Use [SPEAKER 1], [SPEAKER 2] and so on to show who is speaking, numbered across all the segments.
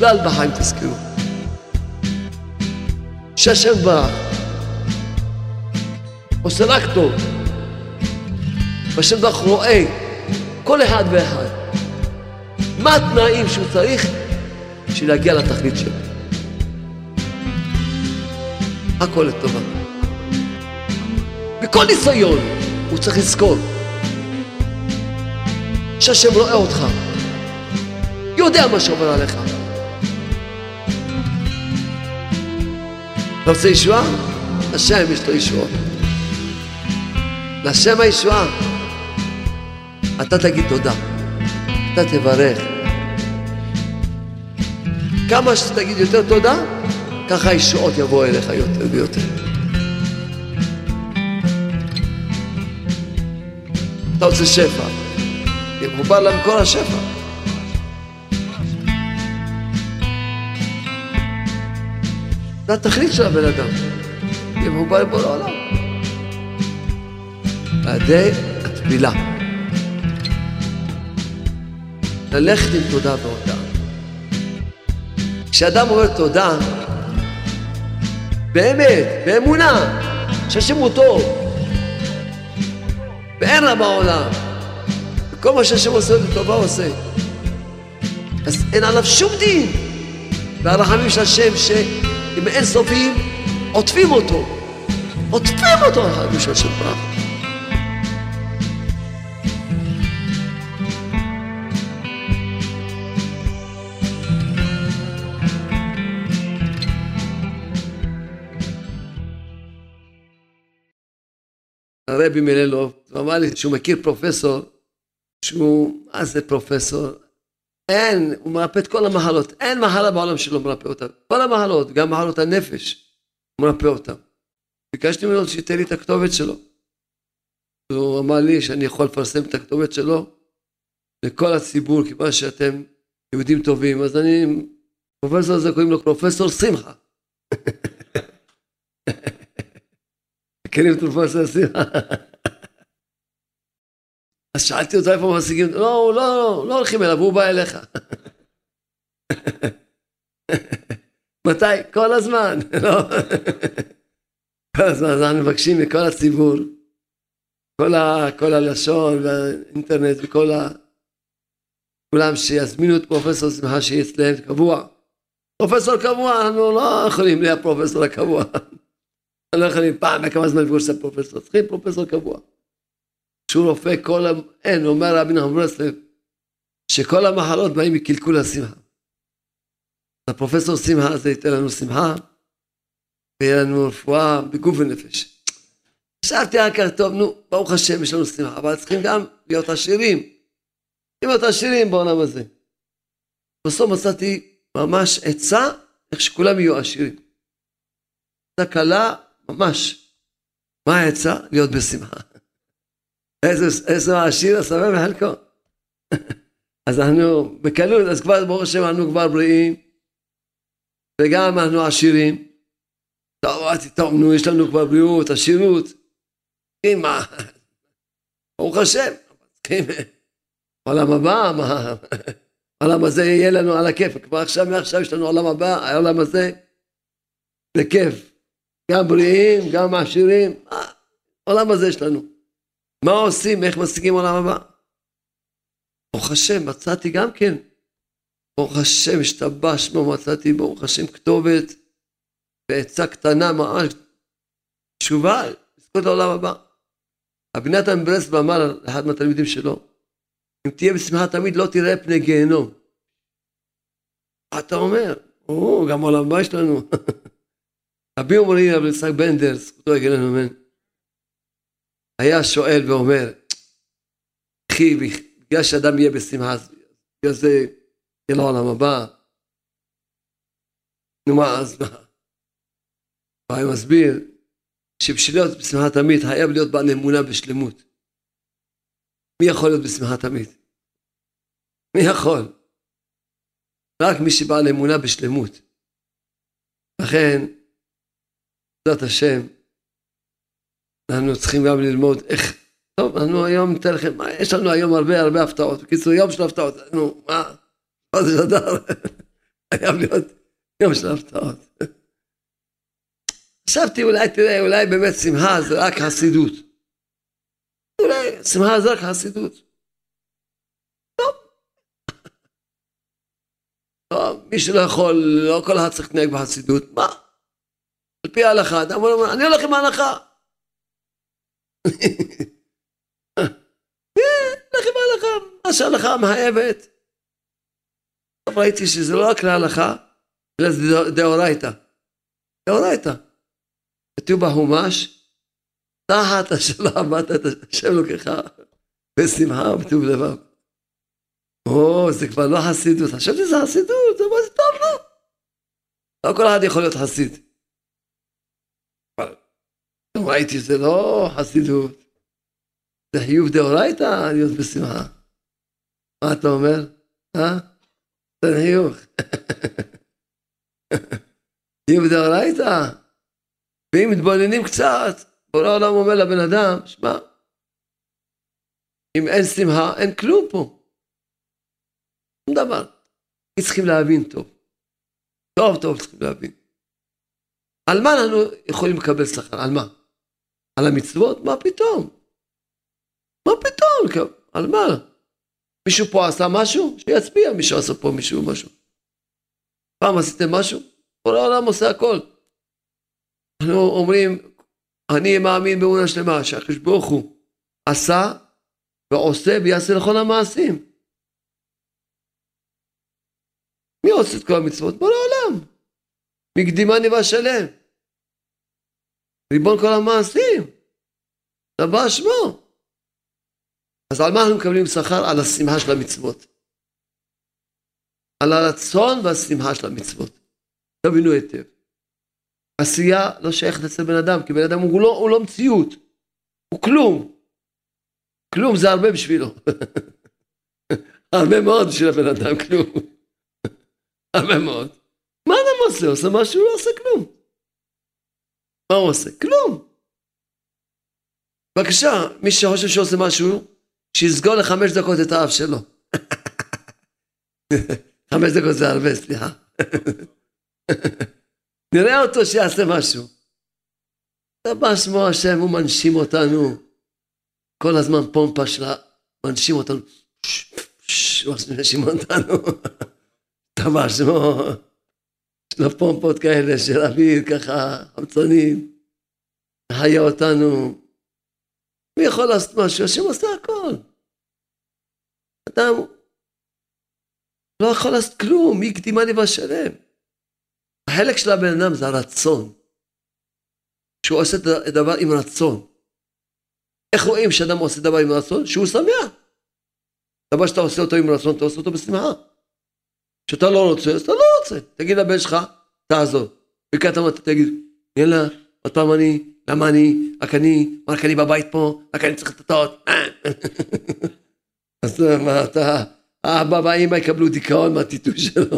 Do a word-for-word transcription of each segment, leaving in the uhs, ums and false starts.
[SPEAKER 1] בכלל בחיים תזכרו. שהשם ברח. עושה רק טוב. והשם ברח רואה כל אחד ואחד. מה התנאים שהוא צריך בשביל להגיע לתכלית שלו. הכל לטובה. בכל ניסיון הוא צריך לזכור שהשם רואה אותך, יודע מה שעובר עליך. אתה רוצה ישועה? השם יש לו ישועה. לשם הישועה אתה תגיד תודה, אתה תברך. כמה שתגיד יותר תודה, ככה הישועות יבואו אליך יותר ויותר. אתה רוצה שפע, יחובר למקור השפע. זה התכלית של הבן אדם, יחובר לבוא לעולם. בעדי התפילה, ללכת עם תודה והודעה. כשאדם אומר תודה, באמת, באמונה, שהשם הוא טוב, ואין רע בעולם, וכל מה שהשם עושה לטובה הוא עושה, אז אין עליו שום דין. והרחמים של השם שהם אין סופיים, עוטפים אותו, עוטפים אותו הרחמים של השם פרח. הרבי מללוב, הוא אמר לי שהוא מכיר פרופסור, שהוא, מה זה פרופסור? אין, הוא מרפא את כל המחלות, אין מחלה בעולם שלא מרפא אותם. כל המחלות, גם מחלות הנפש, הוא מרפא אותם. ביקשתי ממנו שייתן לי את הכתובת שלו. הוא אמר לי שאני יכול לפרסם את הכתובת שלו לכל הציבור, כיוון שאתם יהודים טובים, אז אני, פרופסור הזה קוראים לו פרופסור שמחה. מכירים את פרופסור שמחה? אז שאלתי אותו איפה משיגים, לא, לא, לא, לא הולכים אליו, הוא בא אליך. מתי? כל הזמן. כל הזמן, אז אנחנו מבקשים מכל הציבור, כל הלשון והאינטרנט וכל ה... כולם שיזמינו את פרופסור שמחה שיהיה אצלם קבוע. פרופסור קבוע, אנחנו לא יכולים להיות פרופסור הקבוע. אנחנו לא יכולים פעם, בכמה זמן לפגוש את הפרופסור, צריכים פרופסור קבוע. שהוא רופא כל, אין, אומר רבי נחמן ברסלב, שכל המחלות באים מקלקול השמחה. הפרופסור שמחה הזה ייתן לנו שמחה, ויהיה לנו רפואה בגוף ונפש. חשבתי אחר טוב, נו, ברוך השם, יש לנו שמחה, אבל צריכים גם להיות עשירים. צריכים להיות עשירים בעולם הזה. בסוף מצאתי ממש עצה, איך שכולם יהיו עשירים. עצה קלה, ממש. מה העצה? להיות בשמחה. איזה, איזה העשיר הסבב בחלקו. אז אנחנו בקלות, אז כבר ברוך השם אנחנו כבר בריאים, וגם אנחנו עשירים. טוב, טוב, נו, יש לנו כבר בריאות, עשירות. מה? ברוך השם. עולם הבא, מה? העולם הזה יהיה לנו על הכיף. כבר עכשיו, מעכשיו יש לנו עולם הבא, העולם הזה, בכיף. גם בריאים, גם עשירים. העולם הזה יש לנו. מה עושים? איך משיגים עולם הבא? ברוך השם, מצאתי גם כן. ברוך השם, השתבח שמו, מצאתי ברוך השם כתובת, ועצה קטנה ממש, תשובה, לזכות לעולם הבא. רבי נתן מברסלב אמר לאחד מהתלמידים שלו, אם תהיה בשמחה תמיד לא תראה פני גיהנום. מה אתה אומר? או, גם עולם הבא יש לנו. רבי אומרים, רבי יצחק בנדל, זכותו יגן אמן, היה שואל ואומר, אחי, בגלל שאדם יהיה בשמחה, בגלל זה יהיה לו עולם הבא. נו מה, אז מה? הוא מסביר, שבשביל להיות בשמחה תמיד, חייב להיות בעל אמונה בשלמות. מי יכול להיות בשמחה תמיד? מי יכול? רק מי שבעל אמונה בשלמות. לכן, בעזרת השם, אנחנו צריכים גם ללמוד איך, טוב, אנחנו היום ניתן לכם, מה, יש לנו היום הרבה הרבה הפתעות, בקיצור, יום של הפתעות, נו, מה, מה זה שדר? חייב להיות יום של הפתעות. חשבתי אולי, תראה, אולי באמת שמחה זה רק חסידות. אולי שמחה זה רק חסידות. לא. לא, מי שלא יכול, לא כל אחד צריך להתנהג בחסידות. מה? על פי ההלכה, אדם אומר, אני הולך עם ההלכה. הולך עם ההלכה, מה שההלכה מחייבת. טוב, ראיתי שזה לא רק להלכה, אלא זה דאורייתא. דאורייתא. כתוב בהומש, תחת אשר עבדת את השם לוקחה בשמחה ובטוב לבב. או, זה כבר לא חסידות. חשבתי זה חסידות, זה מה זה טוב, לא? לא כל אחד יכול להיות חסיד. אבל ראיתי שזה לא חסידות. זה חיוב דאורייתא להיות בשמחה. מה אתה אומר? אה? זה חיוב. חיוב דאורייתא. ואם מתבוננים קצת, בורא העולם אומר לבן אדם, שמע, אם אין שמחה, אין כלום פה. אין דבר. צריכים להבין טוב. טוב טוב צריכים להבין. על מה אנחנו יכולים לקבל שכר? על מה? על המצוות? מה פתאום? מה פתאום? על מה? מישהו פה עשה משהו? שיצביע מישהו עשה פה מישהו משהו. פעם עשיתם משהו? בורא העולם עושה הכל. אנחנו אומרים, אני מאמין באמונה שלמה, שהקדוש ברוך הוא עשה ועושה ויעשה לכל המעשים. מי עושה את כל המצוות? בורא העולם. מקדימני ואשלם. ריבון כל המעשים. דבר שמו. אז על מה אנחנו מקבלים שכר? על השמחה של המצוות. על הרצון והשמחה של המצוות. תבינו היטב. עשייה לא שייכת אצל בן אדם, כי בן אדם הוא לא, הוא לא מציאות. הוא כלום. כלום זה הרבה בשבילו. הרבה מאוד בשביל הבן אדם, כלום. הרבה מאוד. מה אדם עושה? עושה משהו? הוא לא עושה כלום. מה הוא עושה? כלום. בבקשה, מי שחושב שעושה משהו, שיסגור לחמש דקות את האף שלו. חמש דקות זה הרבה, סליחה. נראה אותו שיעשה משהו. דבר שמו השם, הוא מנשים אותנו. כל הזמן פומפה שלה, מנשים אותנו. הוא מנשים אותנו. דבר שמו, יש לו פומפות כאלה של אוויר, ככה, חמצונים. חיה אותנו. מי יכול לעשות משהו? השם עושה הכל. אדם לא יכול לעשות כלום, מי קדימני ואשלם. החלק של הבן אדם זה הרצון. שהוא עושה את הדבר עם רצון. איך רואים שאדם עושה דבר עם רצון? שהוא שמח. דבר שאתה עושה אותו עם רצון, אתה עושה אותו בשמחה. כשאתה לא רוצה, אז אתה לא רוצה. תגיד לבן שלך, תעזור. וכאן אתה תגיד, יאללה, עוד פעם אני, למה אני, רק אני, רק אני בבית פה, רק אני צריך לטעות. אז מה אתה, האבא והאמא יקבלו דיכאון מהטיטוש שלו.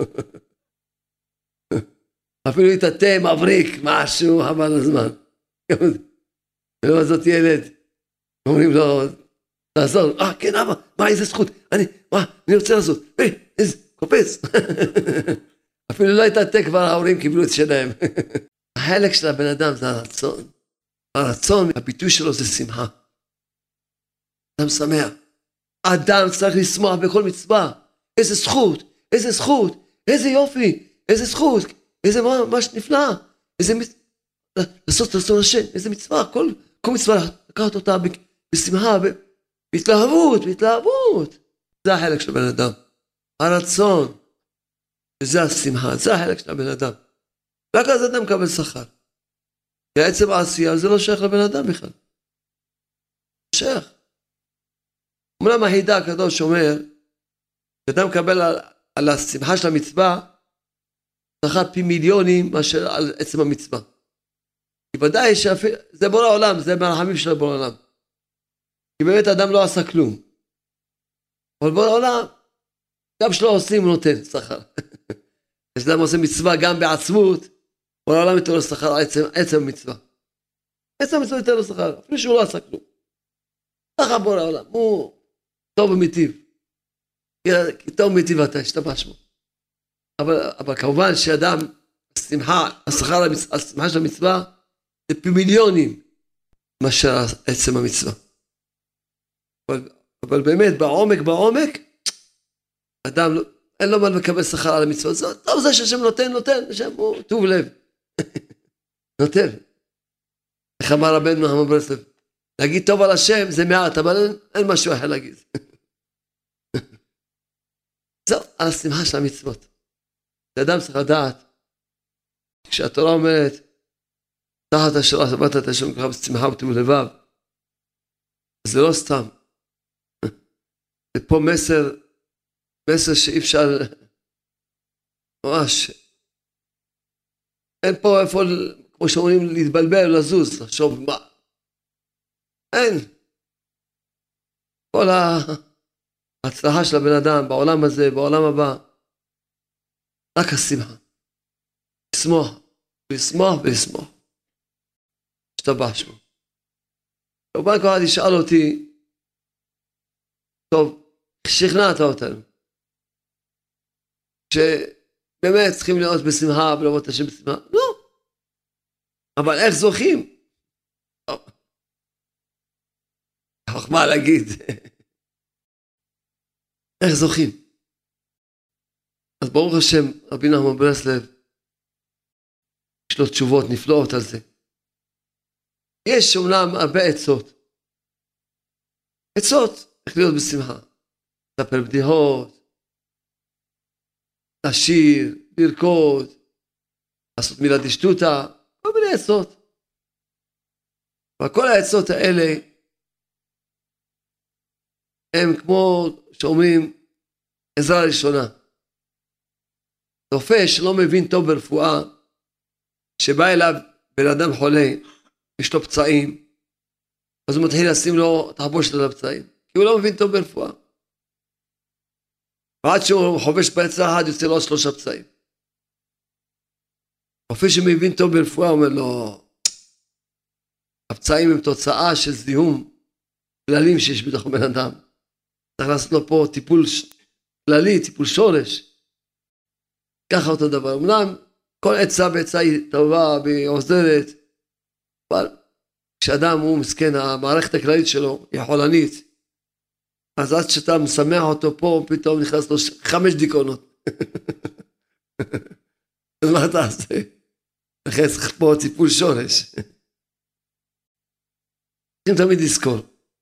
[SPEAKER 1] אפילו יתתה מבריק, משהו, חבל הזמן. ולא זאת ילד, אומרים לו, תעזור, אה, כן, אבא, מה, איזה זכות, אני, מה, אני רוצה לעשות, היי, איזה, קופץ. אפילו לא יתתה כבר, ההורים קיבלו את שלהם. החלק של הבן אדם זה הרצון. הרצון, הביטוי שלו זה שמחה. אדם שמח. אדם צריך לשמוח בכל מצווה. איזה זכות, איזה זכות, איזה יופי, איזה זכות. איזה ממש נפלא, איזה מצווה, לעשות רצון השם, איזה מצווה, כל, כל מצווה לקחת אותה בשמחה, בהתלהבות, בהתלהבות. זה החלק של הבן אדם. הרצון, וזה השמחה, זה החלק של הבן אדם. רק אז אדם מקבל שכר. בעצם העשייה זה לא שייך לבן אדם בכלל. שייך. אומנם החידה הקדוש אומר, שאדם מקבל על, על השמחה של המצווה, שכר פי מיליונים מאשר על עצם המצווה. כי ודאי שזה בורא העולם, זה מהרחמים של בורא העולם. כי באמת האדם לא עשה כלום. אבל בורא העולם, גם שלא עושים הוא נותן שכר. כשאדם עושה מצווה גם בעצמות, בורא העולם ייתן לו שכר על עצם, עצם המצווה. עצם המצווה ייתן לו שכר, אפילו שהוא לא עשה כלום. ככה בורא העולם, הוא טוב ומיטיב. כי טוב ומיטיב אתה, השתבח שמו. אבל, אבל כמובן שאדם, השמחה, השכר, השמחה של המצווה, זה פי מיליונים מאשר עצם המצווה. אבל, אבל באמת, בעומק, בעומק, אדם, אין לו מה לקבל שכר על המצווה. זה טוב זה שהשם נותן, נותן, השם הוא טוב לב. נותן. איך אמר רבנו נחמן ברסלב, להגיד טוב על השם זה מעט, אבל אין, אין משהו אחר להגיד. זהו, על השמחה של המצוות. האדם צריך לדעת, כשהתורה אומרת, תחת אשר עבדת את השם ככה בשמחה וטוב לבב, זה לא סתם. זה פה מסר, מסר שאי אפשר, ממש, אין פה איפה, כמו שאומרים, להתבלבל, לזוז, לחשוב מה. אין. כל ההצלחה של הבן אדם בעולם הזה, בעולם הבא, רק השמחה. לשמוח, לשמוח ולשמוח. השתבח שמו. כמובן כל אחד ישאל אותי, טוב, שכנעת אותנו, שבאמת צריכים להיות בשמחה ולעבוד את השם בשמחה. לא. אבל איך זוכים? חוכמה להגיד. איך זוכים? אז ברוך השם, רבי נחמן ברסלב, יש לו תשובות נפלאות על זה. יש אומנם הרבה עצות. עצות, איך להיות בשמחה. לספר בדיחות, לשיר, לרקוד, לעשות מילה דשטוטה, כל מיני עצות. וכל העצות האלה, הם כמו שאומרים, עזרה ראשונה. רופא שלא מבין טוב ברפואה, שבא אליו בן אדם חולה, יש לו פצעים, אז הוא מתחיל לשים לו תחבושת על הפצעים, כי הוא לא מבין טוב ברפואה. ועד שהוא חובש בעצה אחת, יוצא לו שלושה פצעים. רופא שמבין טוב ברפואה אומר לו, הפצעים הם תוצאה של זיהום כללים שיש בתוך בן אדם. צריך לעשות לו פה טיפול כללי, טיפול שורש. ככה אותו דבר. אמנם כל עצה ועצה היא טובה ועוזרת, אבל כשאדם הוא מסכן, המערכת הכללית שלו היא חולנית, אז עד שאתה משמח אותו פה, פתאום נכנס לו חמש דיכאונות. אז מה אתה עושה? לכן צריך פה טיפול שורש. צריכים תמיד לזכור,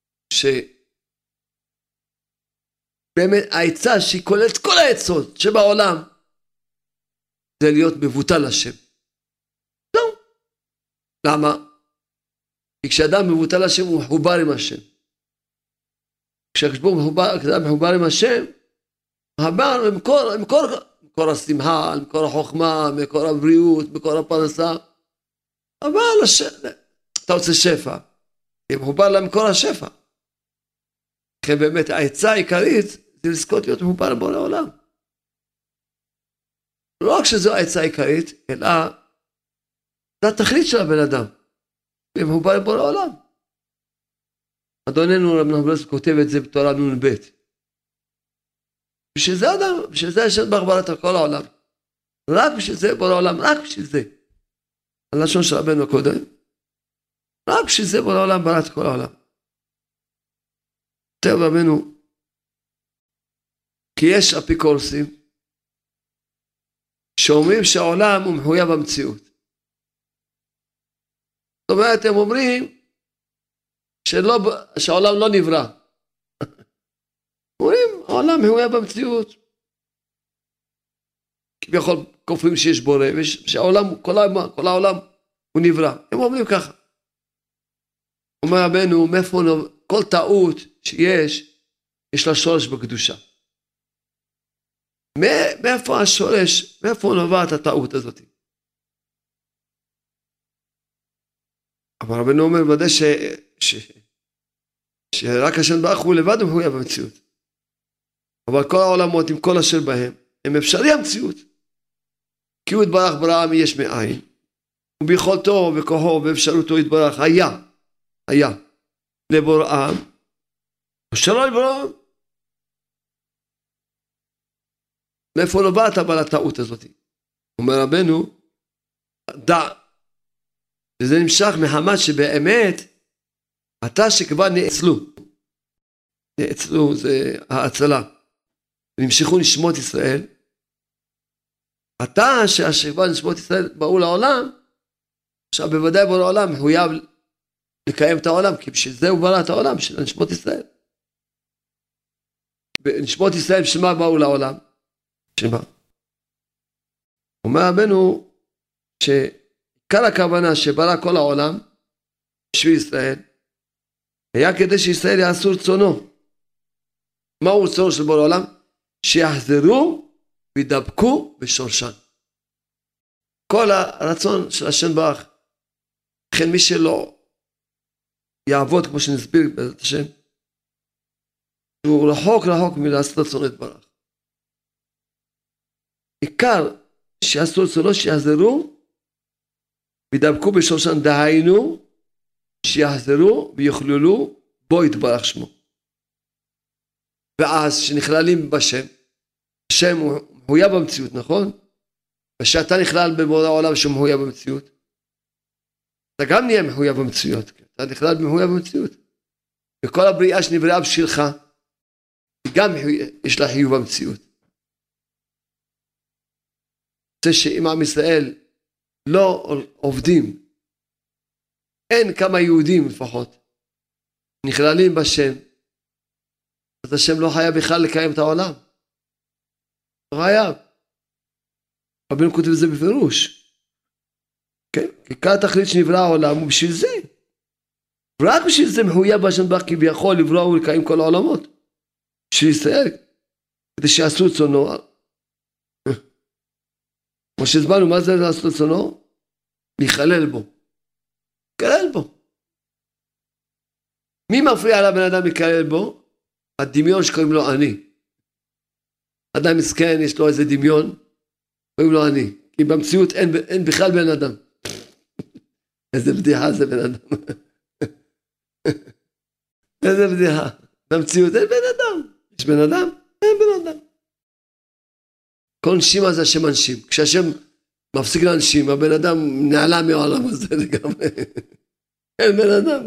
[SPEAKER 1] שבאמת העצה שהיא כוללת כל העצות שבעולם, זה להיות מבוטל לשם. לא. למה? כי כשאדם מבוטל לשם הוא מחובר עם השם. כשאדם מחובר, מחובר עם השם, מחובר למקור, למקור, מקור השמחה, למקור החוכמה, מקור הבריאות, מקור הפרנסה. אבל השם, אתה רוצה שפע. היא מחובר למקור השפע. לכן באמת העצה העיקרית זה לזכות להיות מחובר לבורא העולם. לא רק שזו העצה העיקרית, אלא זה התכלית של הבן אדם. היא מחובר לבורא העולם. אדוננו רבי נחמן ברסלב כותב את זה בתורה נון ב'. בשביל זה אדם, בשביל זה השם ברא את כל העולם. רק בשביל זה בורא העולם, רק בשביל זה. הלשון של רבנו הקודם. רק בשביל זה בורא העולם ברא את כל העולם. כותב רבנו, כי יש אפיקורסים שאומרים שהעולם הוא מחויב המציאות. זאת אומרת, הם אומרים שלא, שהעולם לא נברא. אומרים, העולם מחויב המציאות. כביכול כופרים שיש בורא, ושהעולם, כל העולם, כל העולם הוא נברא. הם אומרים ככה. אומר רבנו, מאיפה כל טעות שיש, יש לה שורש בקדושה. מאיפה השורש, מאיפה נובעת הטעות הזאת? אבל רבנו אומר, ודאי ש... ש... שרק השם ברוך הוא לבד הוא מחויב במציאות. אבל כל העולמות עם כל אשר בהם, הם אפשרי המציאות. כי הוא יתברך ברעם יש מאין, וביכולתו וכוחו ואפשרותו יתברך היה, היה, לבוראם, שלא לבוראם. מאיפה נובעת אבל הטעות הזאת? אומר רבנו, דע, וזה נמשך מחמת שבאמת, אתה שכבר נאצלו, נאצלו זה ההצלה, ונמשכו נשמות ישראל, אתה שכבר נשמות ישראל באו לעולם, עכשיו בוודאי בו לעולם מחויב לקיים את העולם, כי בשביל זה הוא ברא את העולם, של נשמות ישראל. נשמות ישראל בשביל מה באו לעולם? בשביל מה? אומר רבנו שעיקר הכוונה שברא כל העולם בשביל ישראל, היה כדי שישראל יעשו רצונו. מהו רצונו של בורא העולם? שיחזרו וידבקו בשורשן. כל הרצון של השם ברך, לכן מי שלא יעבוד כמו שנסביר בעזרת השם, הוא רחוק רחוק מלעשות רצונו יתברך. עיקר שיעשו רצונו שיחזרו וידבקו בשורשן, דהיינו שיחזרו ויוכללו בו יתברך שמו. ואז שנכללים בשם, השם הוא מחויב במציאות, נכון? ושאתה נכלל בבורא העולם שהוא מחויב במציאות, אתה גם נהיה מחויב במציאות, אתה נכלל במחויב במציאות. וכל הבריאה שנבראה בשבילך, גם יש לה חיוב במציאות. זה שאם עם ישראל לא עובדים, אין כמה יהודים לפחות, נכללים בשם, אז השם לא חייב בכלל לקיים את העולם. לא חייב. רבנו כותב את זה בפירוש. כן? כי כאן התכלית שנברא העולם הוא בשביל זה. רק בשביל זה מחויב בשם בך כביכול לברוא ולקיים כל העולמות. בשביל ישראל. כדי שיעשו רצונו. כמו שהסברנו, מה זה לעשות רצונו? להיכלל בו. להיכלל בו. מי מפריע לבן אדם להיכלל בו? הדמיון שקוראים לו אני. אדם מסכן, יש לו איזה דמיון, קוראים לו אני. כי במציאות אין, אין בכלל בן אדם. איזה בדיחה זה בן אדם. איזה בדיחה. במציאות אין בן אדם. יש בן אדם? אין בן אדם. כל נשימה זה השם אנשים. כשהשם מפסיק לאנשים, הבן אדם נעלם מהעולם הזה לגמרי. אין בן אדם.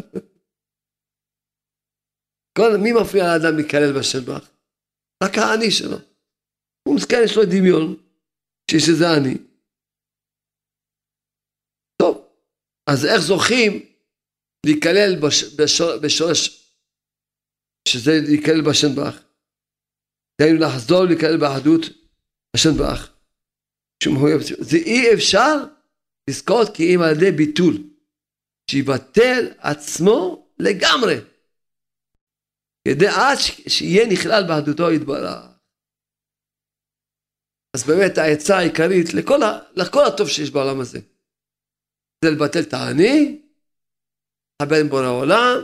[SPEAKER 1] כל, מי מפריע לאדם להיכלל בשם ברך? רק האני שלו. הוא מסכן, יש לו דמיון, שיש איזה אני. טוב, אז איך זוכים להיכלל בש, בשור, בשורש, שזה להיכלל בשם ברך? דהיינו לחזור להיכלל באחדות בשם ברך. זה אי אפשר לזכות כי אם על ידי ביטול, שיבטל עצמו לגמרי. כדי עד שיהיה נכלל באחדותו יתברך. אז באמת העצה העיקרית לכל, ה, לכל הטוב שיש בעולם הזה, זה לבטל את האני, הבן בורא העולם,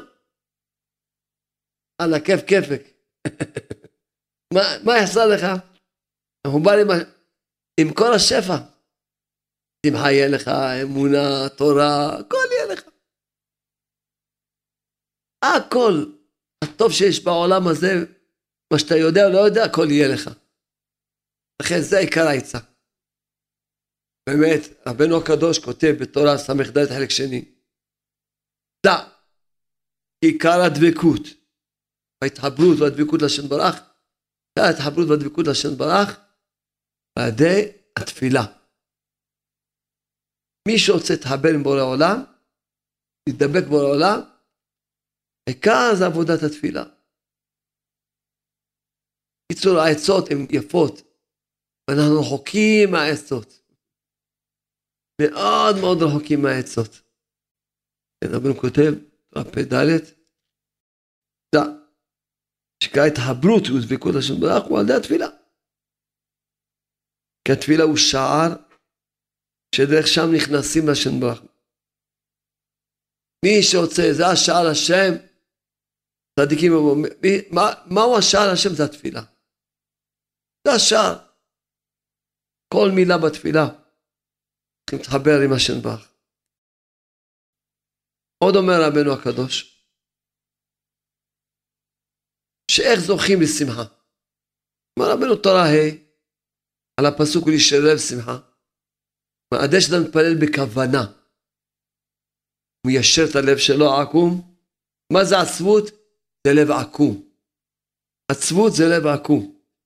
[SPEAKER 1] על הכיף כיפק. מה, מה יחסר לך? אנחנו באים עם, עם כל השפע. שמחה יהיה לך, אמונה, תורה, הכל יהיה לך. הכל. הטוב שיש בעולם הזה, מה שאתה יודע או לא יודע, הכל יהיה לך. לכן זה עיקר העצה. באמת, רבנו הקדוש כותב בתורה סמך ד' חלק שני, דע, עיקר הדבקות, ההתחברות והדבקות לשם ברך, עיקר ההתחברות והדבקות לשם ברך, על ידי התפילה. מי שרוצה להתחבר עם בורא העולם, להתדבק בורא העולם, עיקר זה עבודת התפילה. קיצור, העצות הן יפות, ואנחנו רחוקים מהעצות. מאוד מאוד רחוקים מהעצות. רבנו כותב, רפי ד' דע, שקרא התחברות ודבקות לשם ברך הוא על ידי התפילה. כי התפילה הוא שער, שדרך שם נכנסים לשם ברך. מי שרוצה, זה השער השם, צדיקים, מה, מהו השער השם? זה התפילה. זה השער. כל מילה בתפילה, צריכים להתחבר עם השם ברך. עוד אומר רבנו הקדוש, שאיך זוכים לשמחה. אומר רבנו תורה ה', על הפסוק הוא לשלב שמחה. מעדה שאתה מתפלל בכוונה. הוא מיישר את הלב שלו עקום. מה זה עצבות? זה לב עקום. עצבות זה לב עקום.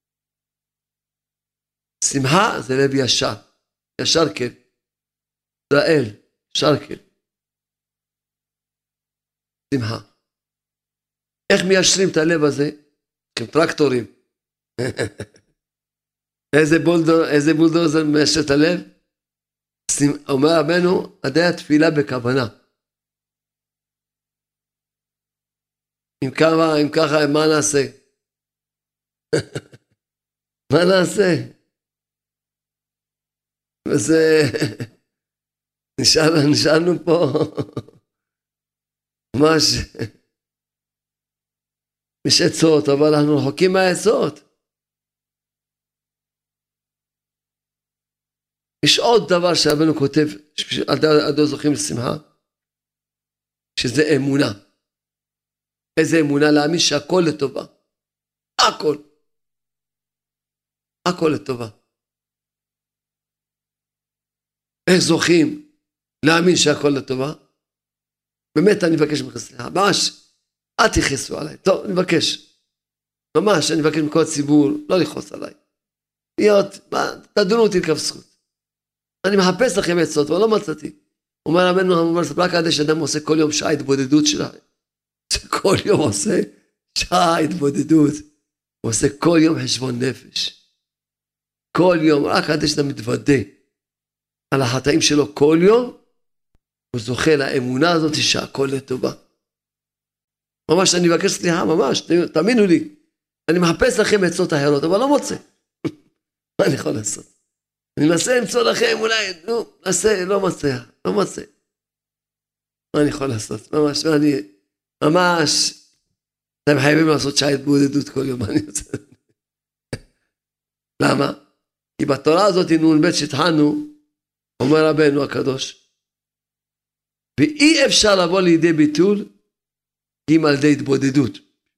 [SPEAKER 1] שמחה זה לב ישר. ישר כן. ישראל, ישר כן. שמחה. איך מיישרים את הלב הזה? עם טרקטורים. איזה בולדור, איזה בולדוזר מיישר את הלב? אומר רבנו, עדי התפילה בכוונה. אם ככה, אם ככה, מה נעשה? מה נעשה? וזה... נשאר, נשארנו פה ממש... יש עצות, אבל אנחנו רחוקים מהעצות. יש עוד דבר שרבנו כותב, עדו זוכים לשמחה, שזה אמונה. איזה אמונה? להאמין שהכל לטובה. הכל. הכל לטובה. איך זוכים להאמין שהכל לטובה? באמת אני מבקש ממך סליחה, ממש, אל תכעסו עליי. טוב, אני מבקש. ממש, אני מבקש מכל הציבור, לא לכעוס עליי. להיות, מה, תדונו אותי לכף זכות. אני מחפש לכם עצות, אבל לא מצאתי. אומר רבנו, רק עד שאדם עושה כל יום שעה התבודדות שלה. כל יום עושה שעה התבודדות. הוא עושה כל יום חשבון נפש. כל יום, רק עד שאדם מתוודה על החטאים שלו כל יום, הוא זוכה לאמונה הזאת שהכל לטובה. ממש אני מבקש סליחה, ממש, תאמינו לי. אני מחפש לכם עצות אחרות, אבל לא מוצא. מה אני יכול לעשות? אני מנסה למצוא לכם, אולי, נו, נעשה, לא מצא, לא מצא. מה אני יכול לעשות? ממש, מה אני, ממש, אתם חייבים לעשות שעה התבודדות כל יום, מה אני רוצה? למה? כי בתורה הזאת, נון בית שהתחלנו, אומר רבנו הקדוש, ואי אפשר לבוא לידי ביטול, אם על ידי התבודדות.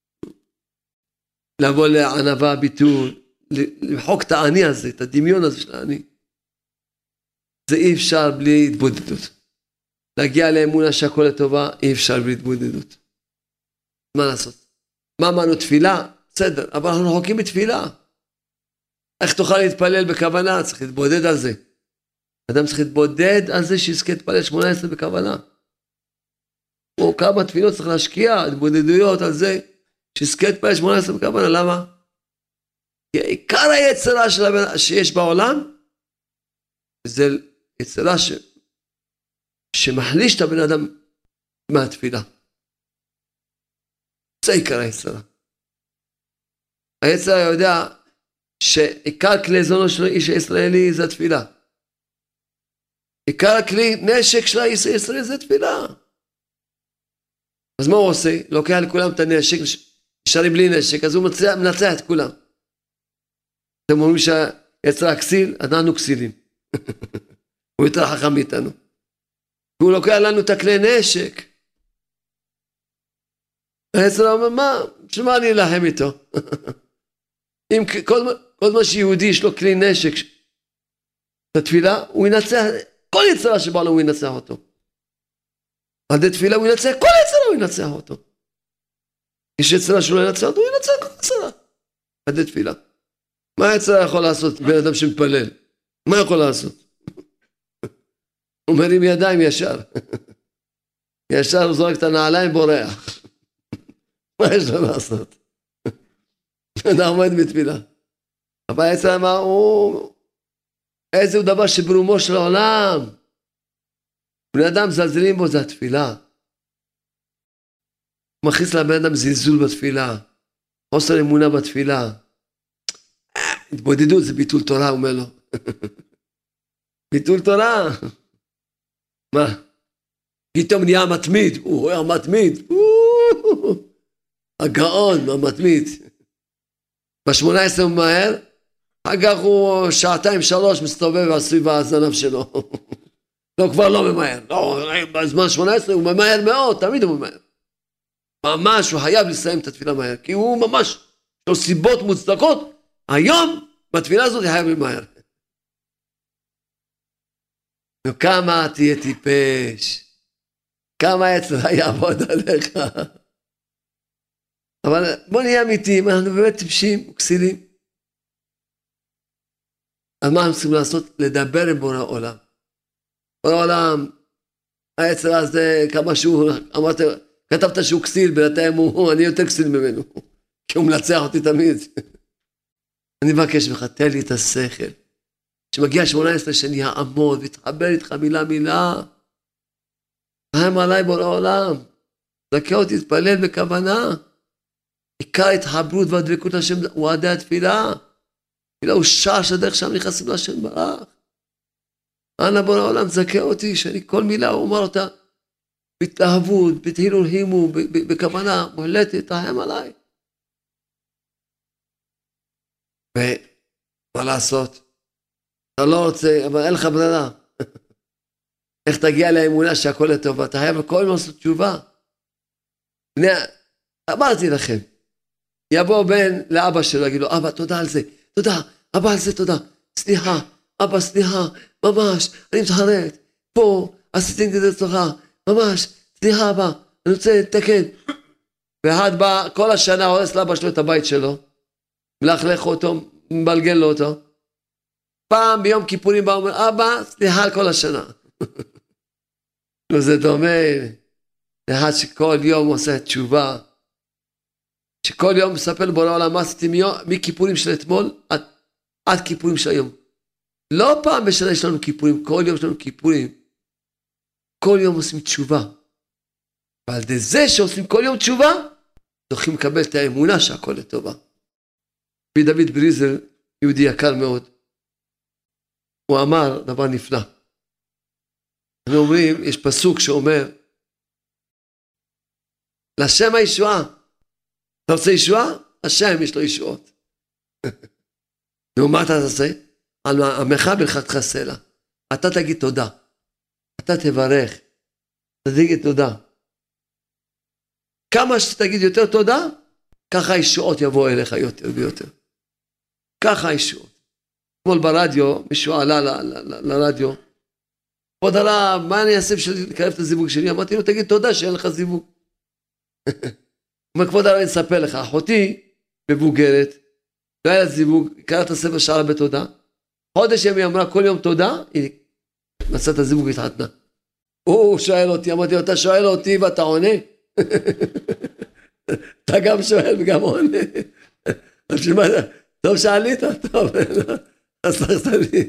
[SPEAKER 1] לבוא לענווה ביטול, למחוק את העני הזה, את הדמיון הזה של העני. זה אי אפשר בלי התבודדות. להגיע לאמונה שהכל לטובה, אי אפשר בלי התבודדות. מה לעשות? מה אמרנו? תפילה? בסדר, אבל אנחנו רחוקים בתפילה. איך תוכל להתפלל בכוונה? צריך להתבודד על זה. אדם צריך להתבודד על זה שיזכה להתפלל שמונה עשרה בכוונה. או כמה תפילות צריך להשקיע, התבודדויות על זה, שיזכה להתפלל שמונה עשרה בכוונה. למה? כי עיקר היצרה שיש בעולם, זה יצרה ש... שמחליש את הבן אדם מהתפילה. זה עיקר היצרה. היצרה יודע שעיקר כלי זונו של האיש הישראלי זה התפילה. עיקר כלי נשק של האיש הישראלי זה תפילה. אז מה הוא עושה? לוקח לכולם את הנשק, נשארים בלי נשק, אז הוא מנצח את כולם. אתם אומרים שהיצרה כסיל, אנחנו כסילים. הוא יותר חכם מאיתנו. והוא לוקח לנו את הכלי נשק. היצרה אומר, מה? שמה אני אלחם איתו? אם כל, כל מה שיהודי יש לו כלי נשק, את התפילה, הוא ינצח, כל יצרה שבעולם הוא ינצח אותו. על ידי תפילה הוא ינצח, כל יצרה הוא ינצח אותו. יש יצרה שלא ינצח אותו, הוא ינצח כל יצרה. על ידי תפילה. מה היצרה יכול לעשות בן אדם שמתפלל? מה יכול לעשות? הוא מרים ידיים ישר. ישר הוא זורק את הנעליים בורח. מה יש לו לעשות? אדם עומד בתפילה. אבל היצרה אמר, איזהו דבר שברומו של העולם. בני אדם זלזלים בו, זה התפילה. הוא מכניס לבן אדם זלזול בתפילה. חוסר אמונה בתפילה. התבודדות זה ביטול תורה, אומר לו. ביטול תורה. מה? פתאום נהיה מתמיד. הוא היה מתמיד. הגאון, המתמיד. בשמונה עשרה הוא מהר. אגב הוא שעתיים שלוש מסתובב סביב הזנב שלו. לא, כבר לא ממהר. לא, בזמן שמונה עשרה הוא ממהר מאוד, תמיד הוא ממהר. ממש הוא חייב לסיים את התפילה מהר, כי הוא ממש, יש לו סיבות מוצדקות, היום בתפילה הזאת הוא חייב למהר. נו, כמה תהיה טיפש, כמה יצרה יעבוד עליך. אבל בוא נהיה אמיתיים, אנחנו באמת טיפשים וכסילים. אז מה אנחנו צריכים לעשות? לדבר עם בורא העולם. בורא העולם, היצר הזה, כמה שהוא, אמרת, כתבת שהוא כסיל, בינתיים הוא, אני יותר כסיל ממנו, כי הוא מנצח אותי תמיד. אני מבקש ממך, תן לי את השכל, שמגיע שמונה עשרה שאני אעמוד, ותחבר איתך מילה מילה, תרחם עליי בורא העולם, זכה אותי, תתפלל בכוונה, עיקר התחברות והדבקות לשם, הוא עדי התפילה, תפילה הוא שער שהדרך שם נכנסים לשם ברח, אנא בורא העולם, זכה אותי, שאני כל מילה אומר אותה, בהתלהבות, בתהילות הימו, בכוונה מוחלטת, תרחם עליי. ומה לעשות? אתה לא רוצה, אבל אין לך ברירה. איך תגיע לאמונה שהכל לטובה? אתה חייב כל יום לעשות תשובה. אמרתי לכם, יבוא בן לאבא שלו, יגיד לו, אבא תודה על זה, תודה, אבא על זה תודה, סליחה, אבא סליחה, ממש, אני מתחרט, פה עשיתי כזה צורה, ממש, סליחה אבא, אני רוצה לתקן. ואחד בא כל השנה, הורס לאבא שלו את הבית שלו, מלכלך אותו, מבלגן לו אותו. פעם ביום כיפורים בא אומר, אבא, סליחה על כל השנה. וזה דומה לאחד שכל יום עושה תשובה, שכל יום מספר לבורא העולם מה עשיתי מכיפורים של אתמול עד, עד כיפורים של היום. לא פעם בשנה יש לנו כיפורים, כל יום יש לנו כיפורים. כל יום עושים תשובה. ועל ידי זה שעושים כל יום תשובה, זוכים לקבל את האמונה שהכל לטובה. דוד בריזל, יהודי יקר מאוד, הוא אמר דבר נפלא. אנחנו אומרים, יש פסוק שאומר, לשם הישועה. אתה רוצה ישועה? השם יש לו ישועות. נו, מה אתה תעשה? על עמך ברכתך סלע. אתה תגיד תודה. אתה תברך. אתה תגיד תודה. כמה שתגיד יותר תודה, ככה הישועות יבואו אליך יותר ויותר. ככה הישועות. אתמול ברדיו, מישהו עלה ל- ל- ל- לרדיו, עוד עלה, מה אני אעשה בשביל לקרב את הזיווג שלי? אמרתי לו, תגיד תודה שאין לך זיווג. כבוד הרב, אני אספר לך, אחותי מבוגרת, לא היה זיווג, קראת את הספר שערה בתודה, חודש ימי אמרה כל יום תודה, הנה, מצאת הזיווג והתחתנה. הוא שואל אותי, אמרתי לו, אתה שואל אותי ואתה עונה? אתה גם שואל וגם עונה. טוב שעלית, טוב, אז תחת לי.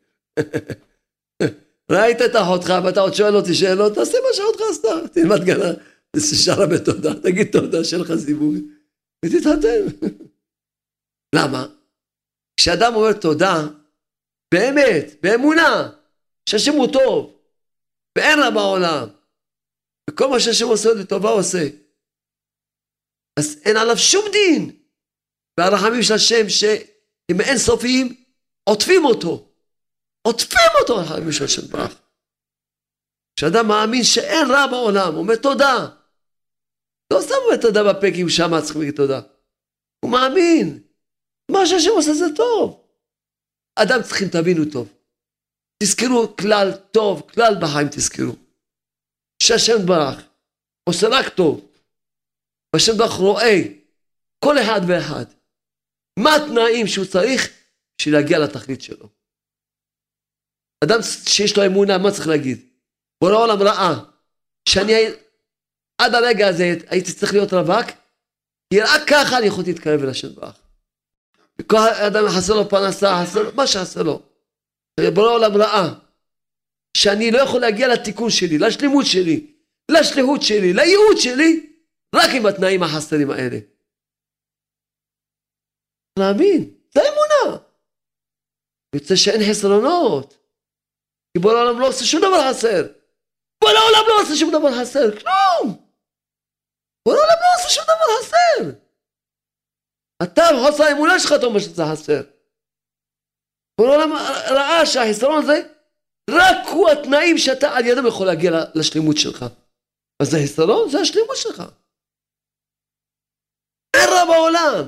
[SPEAKER 1] ראית את אחותך ואתה עוד שואל אותי שאלות, תעשה מה שאחותך עשתה, תלמד גנה, שערה בתודה, תגיד תודה שאין לך זיווג, ותתחתן. למה? כשאדם אומר תודה, באמת, באמונה, שהשם הוא טוב, ואין לה בעולם, וכל מה שהשם עושה לטובה הוא עושה, אז אין עליו שום דין, והרחמים של השם שהם אין סופיים, עוטפים אותו, עוטפים אותו הרחמים של השם ברח. כשאדם מאמין שאין רע בעולם, הוא אומר תודה, לא סתם אומר תודה בפה כי הוא שם צריך להגיד תודה, הוא מאמין, מה שהשם עושה זה טוב. אדם צריכים תבינו טוב, תזכרו כלל טוב, כלל בחיים תזכרו, שהשם ברח, עושה רק טוב, והשם ברח רואה, כל אחד ואחד, מה התנאים שהוא צריך, בשביל להגיע לתכלית שלו. אדם שיש לו אמונה, מה צריך להגיד? בורא העולם ראה, שאני עד הרגע הזה הייתי צריך להיות רווק, כי רק ככה אני יכולתי להתקרב אל השם ברח. וכל אדם חסר לו פרנסה, חסר לו, מה שחסר לו. בורא העולם ראה, שאני לא יכול להגיע לתיקון שלי, לשלימות שלי, לשליחות שלי, לייעוד שלי, רק עם התנאים החסרים האלה. להאמין, זה אמונה. יוצא שאין חסרונות, כי בורא העולם לא עושה שום דבר חסר. בורא העולם לא עושה שום דבר חסר, כלום. בורא העולם לא עושה שום דבר חסר. אתה בחוסר האמונה שלך אתה אומר שזה חסר. בורא העולם ראה שהחסרון הזה, רק הוא התנאים שאתה על ידם יכול להגיע לשלימות שלך. אז זה חסרון, זה השלימות שלך. אין רע בעולם.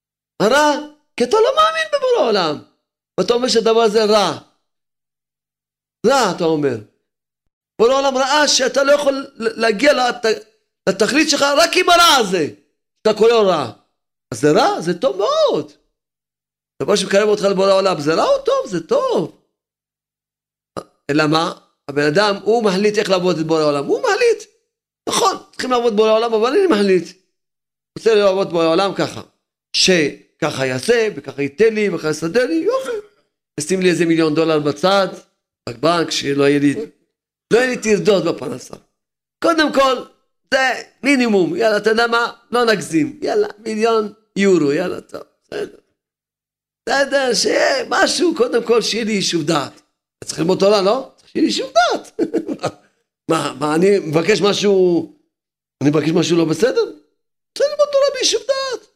[SPEAKER 1] הרע, כי אתה לא מאמין בבורא העולם. ואתה אומר שהדבר הזה רע. רע, אתה אומר. בורא עולם ראה שאתה לא יכול להגיע לת... לתכלית שלך רק עם הרע הזה, שאתה קורא לו רע. אז זה רע, זה טוב מאוד. דבר שמקרב אותך לבורא עולם, זה רע או טוב? זה טוב. אלא מה? הבן אדם, הוא מחליט איך לעבוד את בורא עולם. הוא מחליט. נכון, צריכים לעבוד בורא עולם, אבל אני מחליט. רוצה לעבוד בורא עולם ככה. שככה יעשה, וככה ייתן לי, וככה יסדר לי, יופי. ישים לי איזה מיליון דולר בצד, בבנק, שלא יהיה לי, לא יהיה לי תרדות בפרנסה. קודם כל, זה מינימום. יאללה, אתה יודע מה? לא נגזים. יאללה, מיליון יורו, יאללה, טוב. בסדר. בסדר, שיהיה משהו, קודם כל, שיהיה לי יישוב דעת. צריך ללמוד תורה, לא? צריך שיהיה לי יישוב דעת. מה, מה, אני מבקש משהו, אני מבקש משהו לא בסדר? צריך ללמוד תורה ביישוב דעת.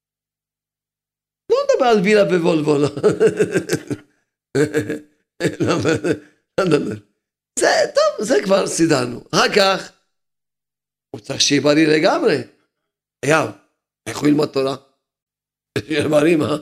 [SPEAKER 1] לא מדבר על וילה בוולבו, לא. לא מדבר. זה, טוב, זה כבר סידרנו. אחר כך, הוא צריך שיהיה בריא לגמרי. אייב, איך הוא ילמוד תורה? שיהיה בריא, מה?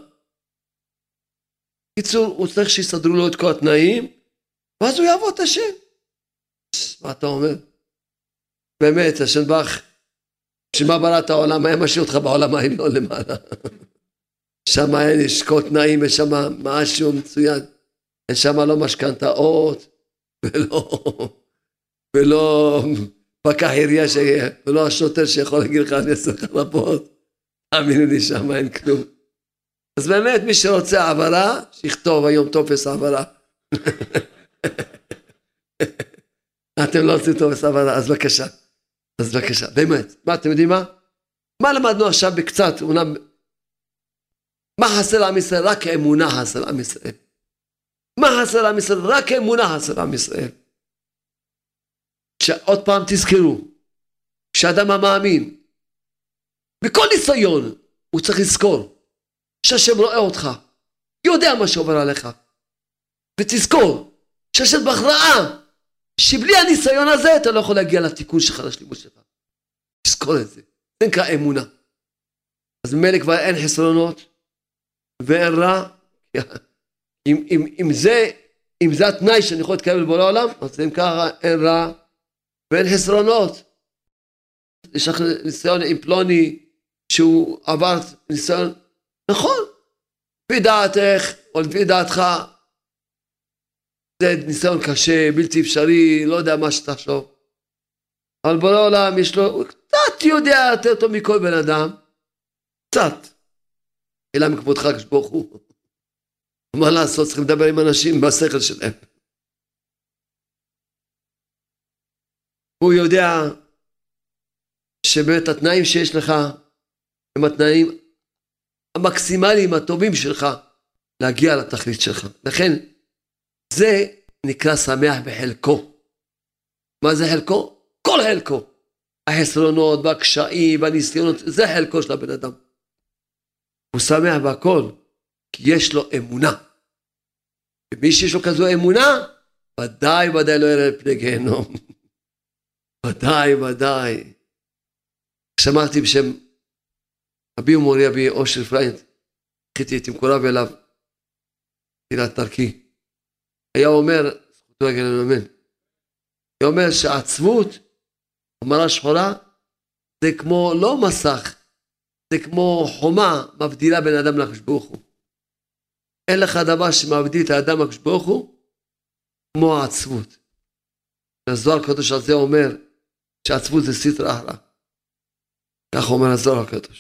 [SPEAKER 1] קיצור, הוא צריך שיסדרו לו את כל התנאים, ואז הוא יעבוד את השם. מה אתה אומר? באמת, השם בח, שמה ברא את העולם, היה משאיר אותך בעולם העליון למעלה. שם יש כל תנאים, יש שם משהו מצוין. אין שם לא משכנתאות, ולא, ולא פקח עירייה, ולא השוטר שיכול להגיד לך, אני אעשה לך רבות. תאמינו לי, שם אין כלום. אז באמת, מי שרוצה העברה, שיכתוב היום טופס העברה. אתם לא רוצים טופס העברה, אז בבקשה. אז בבקשה, באמת. מה, אתם יודעים מה? מה למדנו עכשיו בקצת? מה חסר לעם ישראל? רק אמונה חסר לעם ישראל. מה חסר לעם ישראל? רק אמונה חסר לעם ישראל. שעוד פעם תזכרו, כשאדם המאמין, בכל ניסיון, הוא צריך לזכור, שהשם רואה אותך, יודע מה שעובר עליך, ותזכור, שהשם בהכרעה, שבלי הניסיון הזה, אתה לא יכול להגיע לתיקון שלך, לשלימות שלך. תזכור את זה, זה נקרא אמונה. אז ממילא כבר אין חסרונות, ואין רע, אם, אם, אם, זה, אם זה התנאי שאני יכול להתקיים לבורא העולם, אז זה ככה, אין רע, ואין חסרונות. יש לך ניסיון עם פלוני, שהוא עבר ניסיון, נכון, לפי דעתך, או לפי דעתך, זה ניסיון קשה, בלתי אפשרי, לא יודע מה שתחשוב. אבל בורא העולם יש לו, הוא קצת יודע יותר טוב מכל בן אדם, קצת. אלא מכבודך כשבוך הוא. מה לעשות, צריכים לדבר עם אנשים בשכל שלהם. הוא יודע שבאמת התנאים שיש לך, הם התנאים המקסימליים, הטובים שלך, להגיע לתכלית שלך. לכן, זה נקרא שמח בחלקו. מה זה חלקו? כל חלקו. החסרונות והקשיים והניסיונות, זה חלקו של הבן אדם. הוא שמח בכל, כי יש לו אמונה. ומי שיש לו כזו אמונה, ודאי ודאי לא יראה לפני גיהנום. ודאי ודאי. שמעתי בשם אבי ומורי אבי אושר פריינד, חיתי את מקורב אליו, תהילת דרכי. היה אומר, זכותו יגן אמן, היה אומר שהעצבות, המראה שחורה, זה כמו לא מסך, זה כמו חומה מבדילה בין אדם לקדוש ברוך הוא. אין לך דבר שמבדיל את האדם לקדוש ברוך הוא, כמו העצבות. הזוהר הקדוש הזה אומר, שהעצבות זה סטרא אחרא. כך אומר הזוהר הקדוש.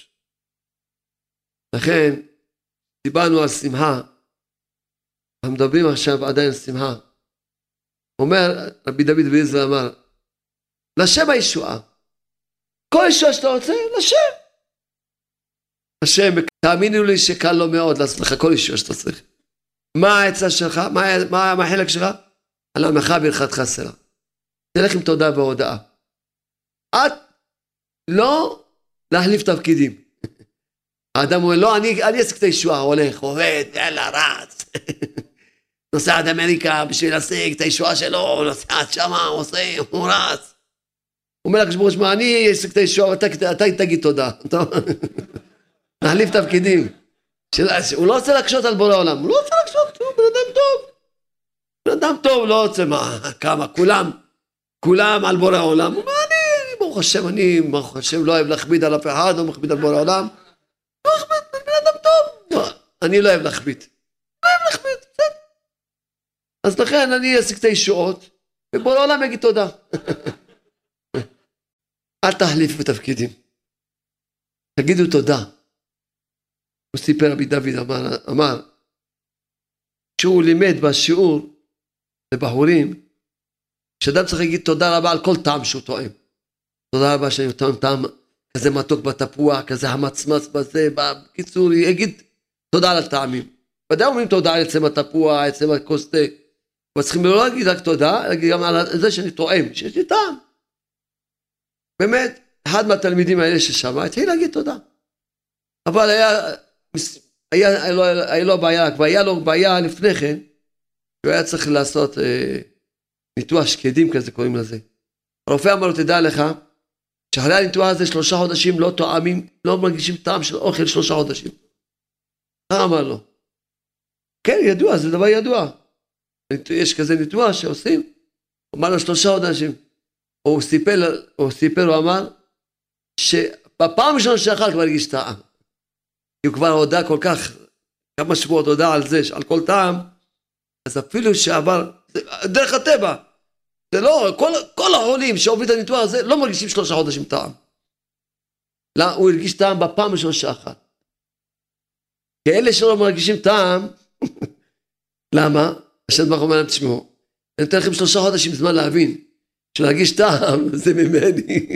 [SPEAKER 1] לכן, דיברנו על שמחה, אנחנו מדברים עכשיו עדיין על שמחה. אומר, רבי דוד בליזר אמר, לשם הישועה. כל ישועה שאתה רוצה, לשם. השם, תאמינו לי שקל לו מאוד לעשות לך כל ישועה שאתה צריך. מה העצה שלך? מה, מה החלק שלך? על עמך ברכתך סלע. תלך עם תודה והודאה. את לא להחליף תפקידים. האדם אומר, לא, אני, אני אעסיק את הישועה, הולך, עובד, יאללה, רץ. נוסע עד אמריקה בשביל להשיג את הישועה שלו, נוסע עד שמה, עושה, הוא רץ. הוא אומר לך, שבו, שמה, אני אעסיק את הישועה, ואתה אתה, תגיד תודה. להחליף תפקידים. של, הוא לא רוצה להקשות על בורא העולם, הוא לא רוצה להקשות, הוא בן אדם טוב. בן אדם טוב, לא רוצה מה, כמה, כולם, כולם על בורא העולם. הוא אומר, אני, ברוך השם, אני, ברוך השם, לא אוהב להכביד על אף אחד, לא מכביד על בורא העולם. לא אכביד, אני בן אדם טוב. אני לא אוהב להכביד. לא אוהב להכביד, בסדר. אז לכן אני אשיג את הישועות, ובורא העולם יגיד תודה. אל תחליף בתפקידים. תגידו תודה. הוא סיפר רבי דוד אמר, אמר, כשהוא לימד בשיעור לבחורים, שאדם צריך להגיד תודה רבה על כל טעם שהוא טועם. תודה רבה שאני טועם טעם כזה מתוק בתפוח, כזה המצמץ בזה, בקיצור, יגיד תודה על הטעמים. ודאי אומרים תודה על עצם התפוח, עצם הכוס תה. וצריכים לא להגיד רק תודה, להגיד גם על זה שאני טועם, שיש לי טעם. באמת, אחד מהתלמידים האלה ששמע, התחיל להגיד תודה. אבל היה, היה, היה, לו, היה לו בעיה, כבר היה לו בעיה לפני כן, שהוא היה צריך לעשות אה, ניתוח שקדים כזה, קוראים לזה. הרופא אמר לו, תדע לך, שאחרי הניתוח הזה שלושה חודשים לא טועמים, לא מרגישים טעם של אוכל שלושה חודשים. מה אמר לו? כן, ידוע, זה דבר ידוע. יש כזה ניתוח שעושים, הוא אמר לו שלושה חודשים. הוא סיפר, הוא סיפר, הוא אמר, שבפעם ראשונה שאכל כבר הרגיש טעם. כי הוא כבר הודע כל כך, כמה שבועות הודע על זה, על כל טעם, אז אפילו שעבר, דרך הטבע, זה לא, כל, כל החולים שעוברים את הניתוח הזה, לא מרגישים שלושה חודשים טעם. לא, הוא הרגיש טעם בפעם ראשונה שאכל. כי אלה שלא מרגישים טעם, למה? השם ברוך אומר להם, תשמעו, אני אתן לכם שלושה חודשים זמן להבין, שלהרגיש טעם זה ממני.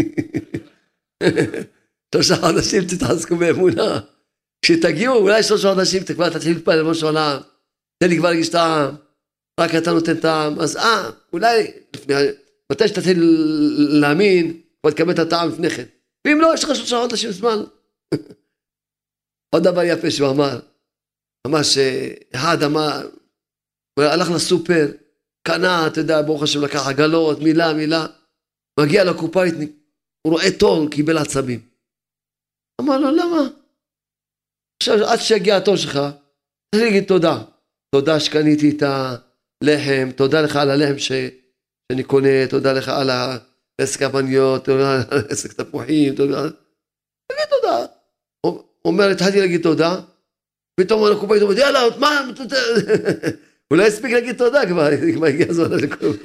[SPEAKER 1] שלושה חודשים תתחזקו באמונה. כשתגיעו, אולי שלושה חודשים, אתה כבר תתחיל להתפלל לבוא שעולם, תן לי כבר להרגיש טעם, רק אתה נותן טעם, אז אה, אולי, לפני, מתי שתתחיל להאמין, כבר תקבל את הטעם לפני כן. ואם לא, יש לך שלושה חודשים זמן. עוד דבר יפה שהוא אמר, אמר שאחד אמר, הוא הלך לסופר, קנה, אתה יודע, ברוך השם לקח עגלות, מילה, מילה, מגיע לקופה, הוא רואה תור, קיבל עצבים. אמר לו, למה? עכשיו, עד שיגיע התור שלך, צריך להגיד תודה. תודה שקניתי את הלחם, תודה לך על הלחם ש... שאני קונה, תודה לך על העסק עגבניות, תודה על העסק תפוחים, תודה. תגיד תודה. הוא אומר, התחלתי להגיד תודה, פתאום על הקופה, הוא אומר, יאללה, מה? הוא לא הספיק להגיד תודה כבר, כבר הגיע הזמן לקופה.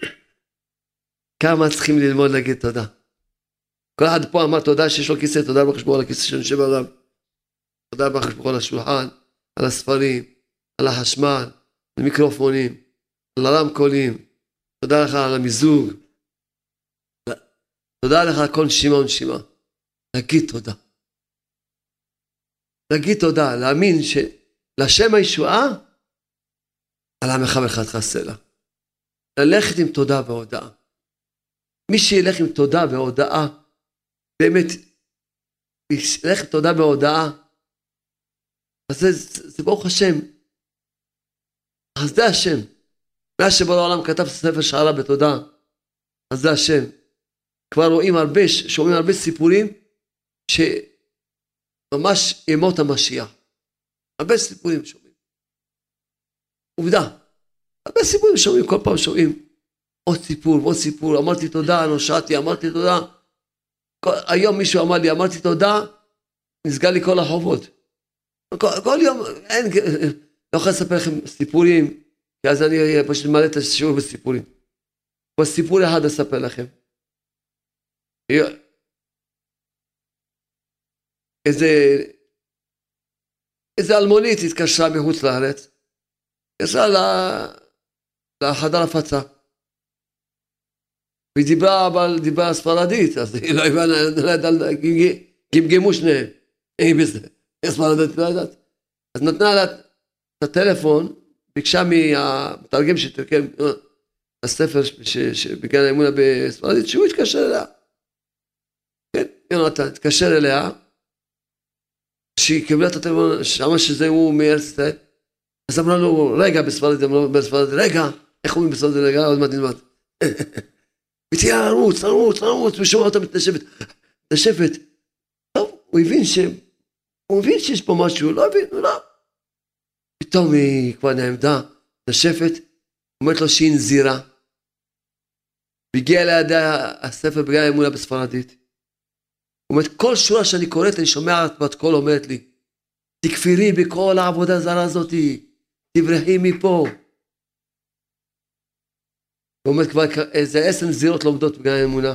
[SPEAKER 1] כמה צריכים ללמוד להגיד תודה. כל אחד פה אמר תודה שיש לו כיסא, תודה רבה חשבו על הכיסא שאני יושב עליו. תודה רבה חשבו על השולחן, על הספרים, על החשמל, על מיקרופונים, על הרמקולים. תודה לך על המיזוג. תודה לך על כל נשימה ונשימה. להגיד תודה. להגיד תודה, להאמין שלשם הישועה, על עמך ולכתך סלע. ללכת עם תודה והודאה. מי שילך עם תודה והודאה, באמת, ילך עם תודה והודאה, אז זה, זה, זה ברוך השם. אז זה השם. מאז שבו העולם כתב ספר שערה בתודה, אז זה השם. כבר רואים הרבה, שומעים הרבה סיפורים, שממש ימות המשיח. הרבה סיפורים שומעים. עובדה. הרבה סיפורים שומעים, כל פעם שומעים. עוד סיפור, עוד סיפור, אמרתי תודה, נושעתי, אמרתי תודה. כל, היום מישהו אמר לי, אמרתי תודה, נסגר לי כל החובות. כל, כל יום, אין, לא יכול לספר לכם סיפורים, כי אז אני פשוט מעלה את השיעור בסיפורים. אבל סיפור אחד אספר לכם. איזה, איזה אלמונית התקשרה מחוץ לארץ, התקשרה לחדר הפצה. והיא דיברה, אבל דיברה ספרדית, אז היא לא הבנה, לא ידעה, גמגמו שניהם. היא בזה, היא ספרדית, לא יודעת. אז נתנה לה את הטלפון, ביקשה מהמתרגם שתרגם הספר שבגן האמונה בספרדית, שהוא התקשר אליה. כן, יונתן, התקשר אליה, שהיא קיבלה את הטלפון, שמה שזה הוא מארץ ישראל, אז אמרה לו, רגע, בספרדית, אמרה לו, בספרדית, רגע, איך אומרים בספרדית, רגע, עוד מעט נלמד. ותהיה לרוץ, לרוץ, לרוץ, ושומע אותה מתנשפת, מתנשפת. טוב, הוא הבין ש... הוא הבין שיש פה משהו, לא הבין, לא. פתאום היא כבר נעמדה, נשפת, אומרת לו שהיא נזירה, והגיע לידי הספר בגלל האמונה בספרדית. אומרת, כל שורה שאני קוראת, אני שומעת בת קול אומרת לי, תכפירי בכל העבודה הזרה הזאת, תברחי מפה. ואומרת, כבר איזה עשר נזירות לומדות בגלל האמונה,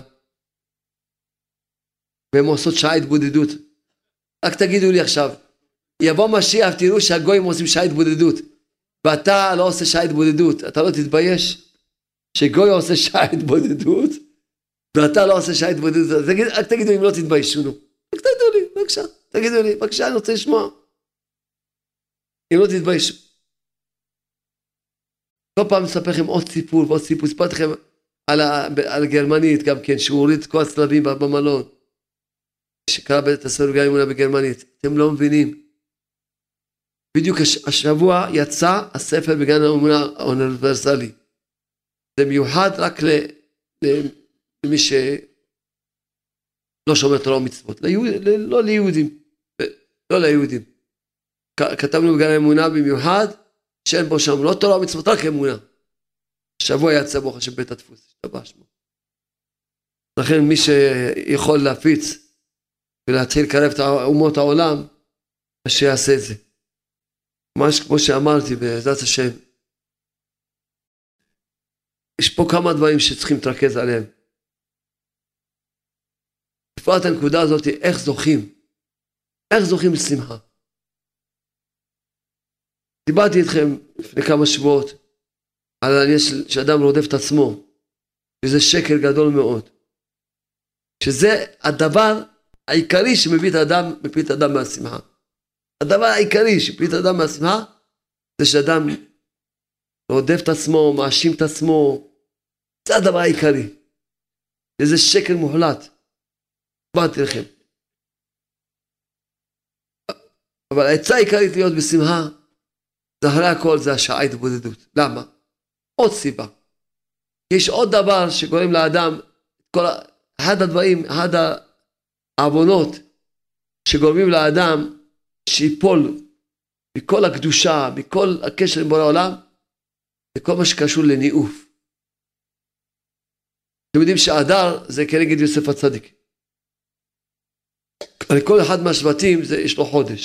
[SPEAKER 1] והן עושות שעה התבודדות. רק תגידו לי עכשיו, יבוא משיח, תראו שהגויים עושים שעה התבודדות, ואתה לא עושה שעה התבודדות, אתה לא תתבייש שגוי עושה שעה התבודדות, ואתה לא עושה שעה התבודדות, רק תגידו אם לא תתביישו, רק תגידו לי, בבקשה, תגידו לי, בבקשה, אני רוצה לשמוע, אם לא תתביישו. כל פעם נספר לכם עוד סיפור ועוד סיפור, סיפרתי לכם על, על הגרמנית גם כן, שהוא הוריד את כל הצלבים במלון, שקרא בית הספר גם אמונה בגרמנית, אתם לא מבינים, בדיוק השבוע יצא הספר בגן האמונה האוניברסלי, זה מיוחד רק למי שלא שומר תורה ומצוות, לא ליהודים, לא ליהודים, כתבנו בגן האמונה במיוחד, שאין בו שם לא תורה ומצוות, רק אמונה, השבוע יצא ברוך השם בית הדפוס, השתבח שמו, לכן מי שיכול להפיץ, ולהתחיל לקרב את אומות העולם, שיעשה את זה. ממש כמו שאמרתי, בעזרת השם, יש פה כמה דברים שצריכים להתרכז עליהם. בפרט הנקודה הזאת, איך זוכים? איך זוכים לשמחה? דיברתי איתכם לפני כמה שבועות, על העניין שאדם רודף את עצמו, וזה שקר גדול מאוד. שזה הדבר העיקרי שמביא את האדם, מביא את האדם מהשמחה. הדבר העיקרי שמביא את האדם מהשמחה, זה שאדם רודף את עצמו, מאשים את עצמו, זה הדבר העיקרי. וזה שקר מוחלט. אמרתי לכם. אבל העצה העיקרית להיות בשמחה, זה אחרי הכל, זה השעה התבודדות. למה? עוד סיבה. יש עוד דבר שגורם לאדם, כל, אחד הדברים, אחד העוונות שגורמים לאדם שיפול מכל הקדושה, מכל הקשר עם בורא העולם, זה כל מה שקשור לניאוף. אתם יודעים שהאדר זה כנגד יוסף הצדיק. לכל אחד מהשבטים זה, יש לו חודש.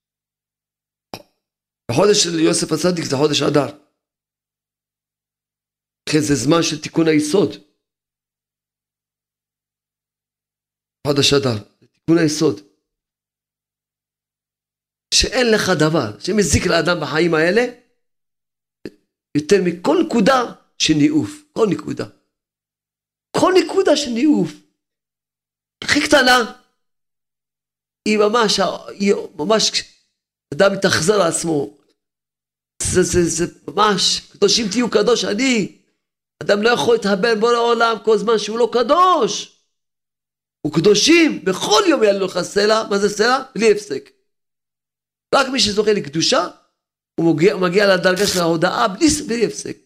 [SPEAKER 1] החודש של יוסף הצדיק זה חודש אדר. לכן זה זמן של תיקון היסוד. חודש אדר, זה תיקון היסוד. שאין לך דבר שמזיק לאדם בחיים האלה, יותר מכל נקודה של ניאוף. כל נקודה. כל נקודה של ניאוף. הכי קטנה, היא ממש, היא ממש, אדם מתאכזר לעצמו. זה, זה, זה ממש, קדושים תהיו קדוש אני. אדם לא יכול להתחבר בורא העולם כל זמן שהוא לא קדוש. הוא קדושים, בכל יום יעלה לך סלע, מה זה סלע? בלי הפסק. רק מי שזוכה לקדושה, הוא מגיע, מגיע לדרגה של ההודעה בלי, בלי הפסק.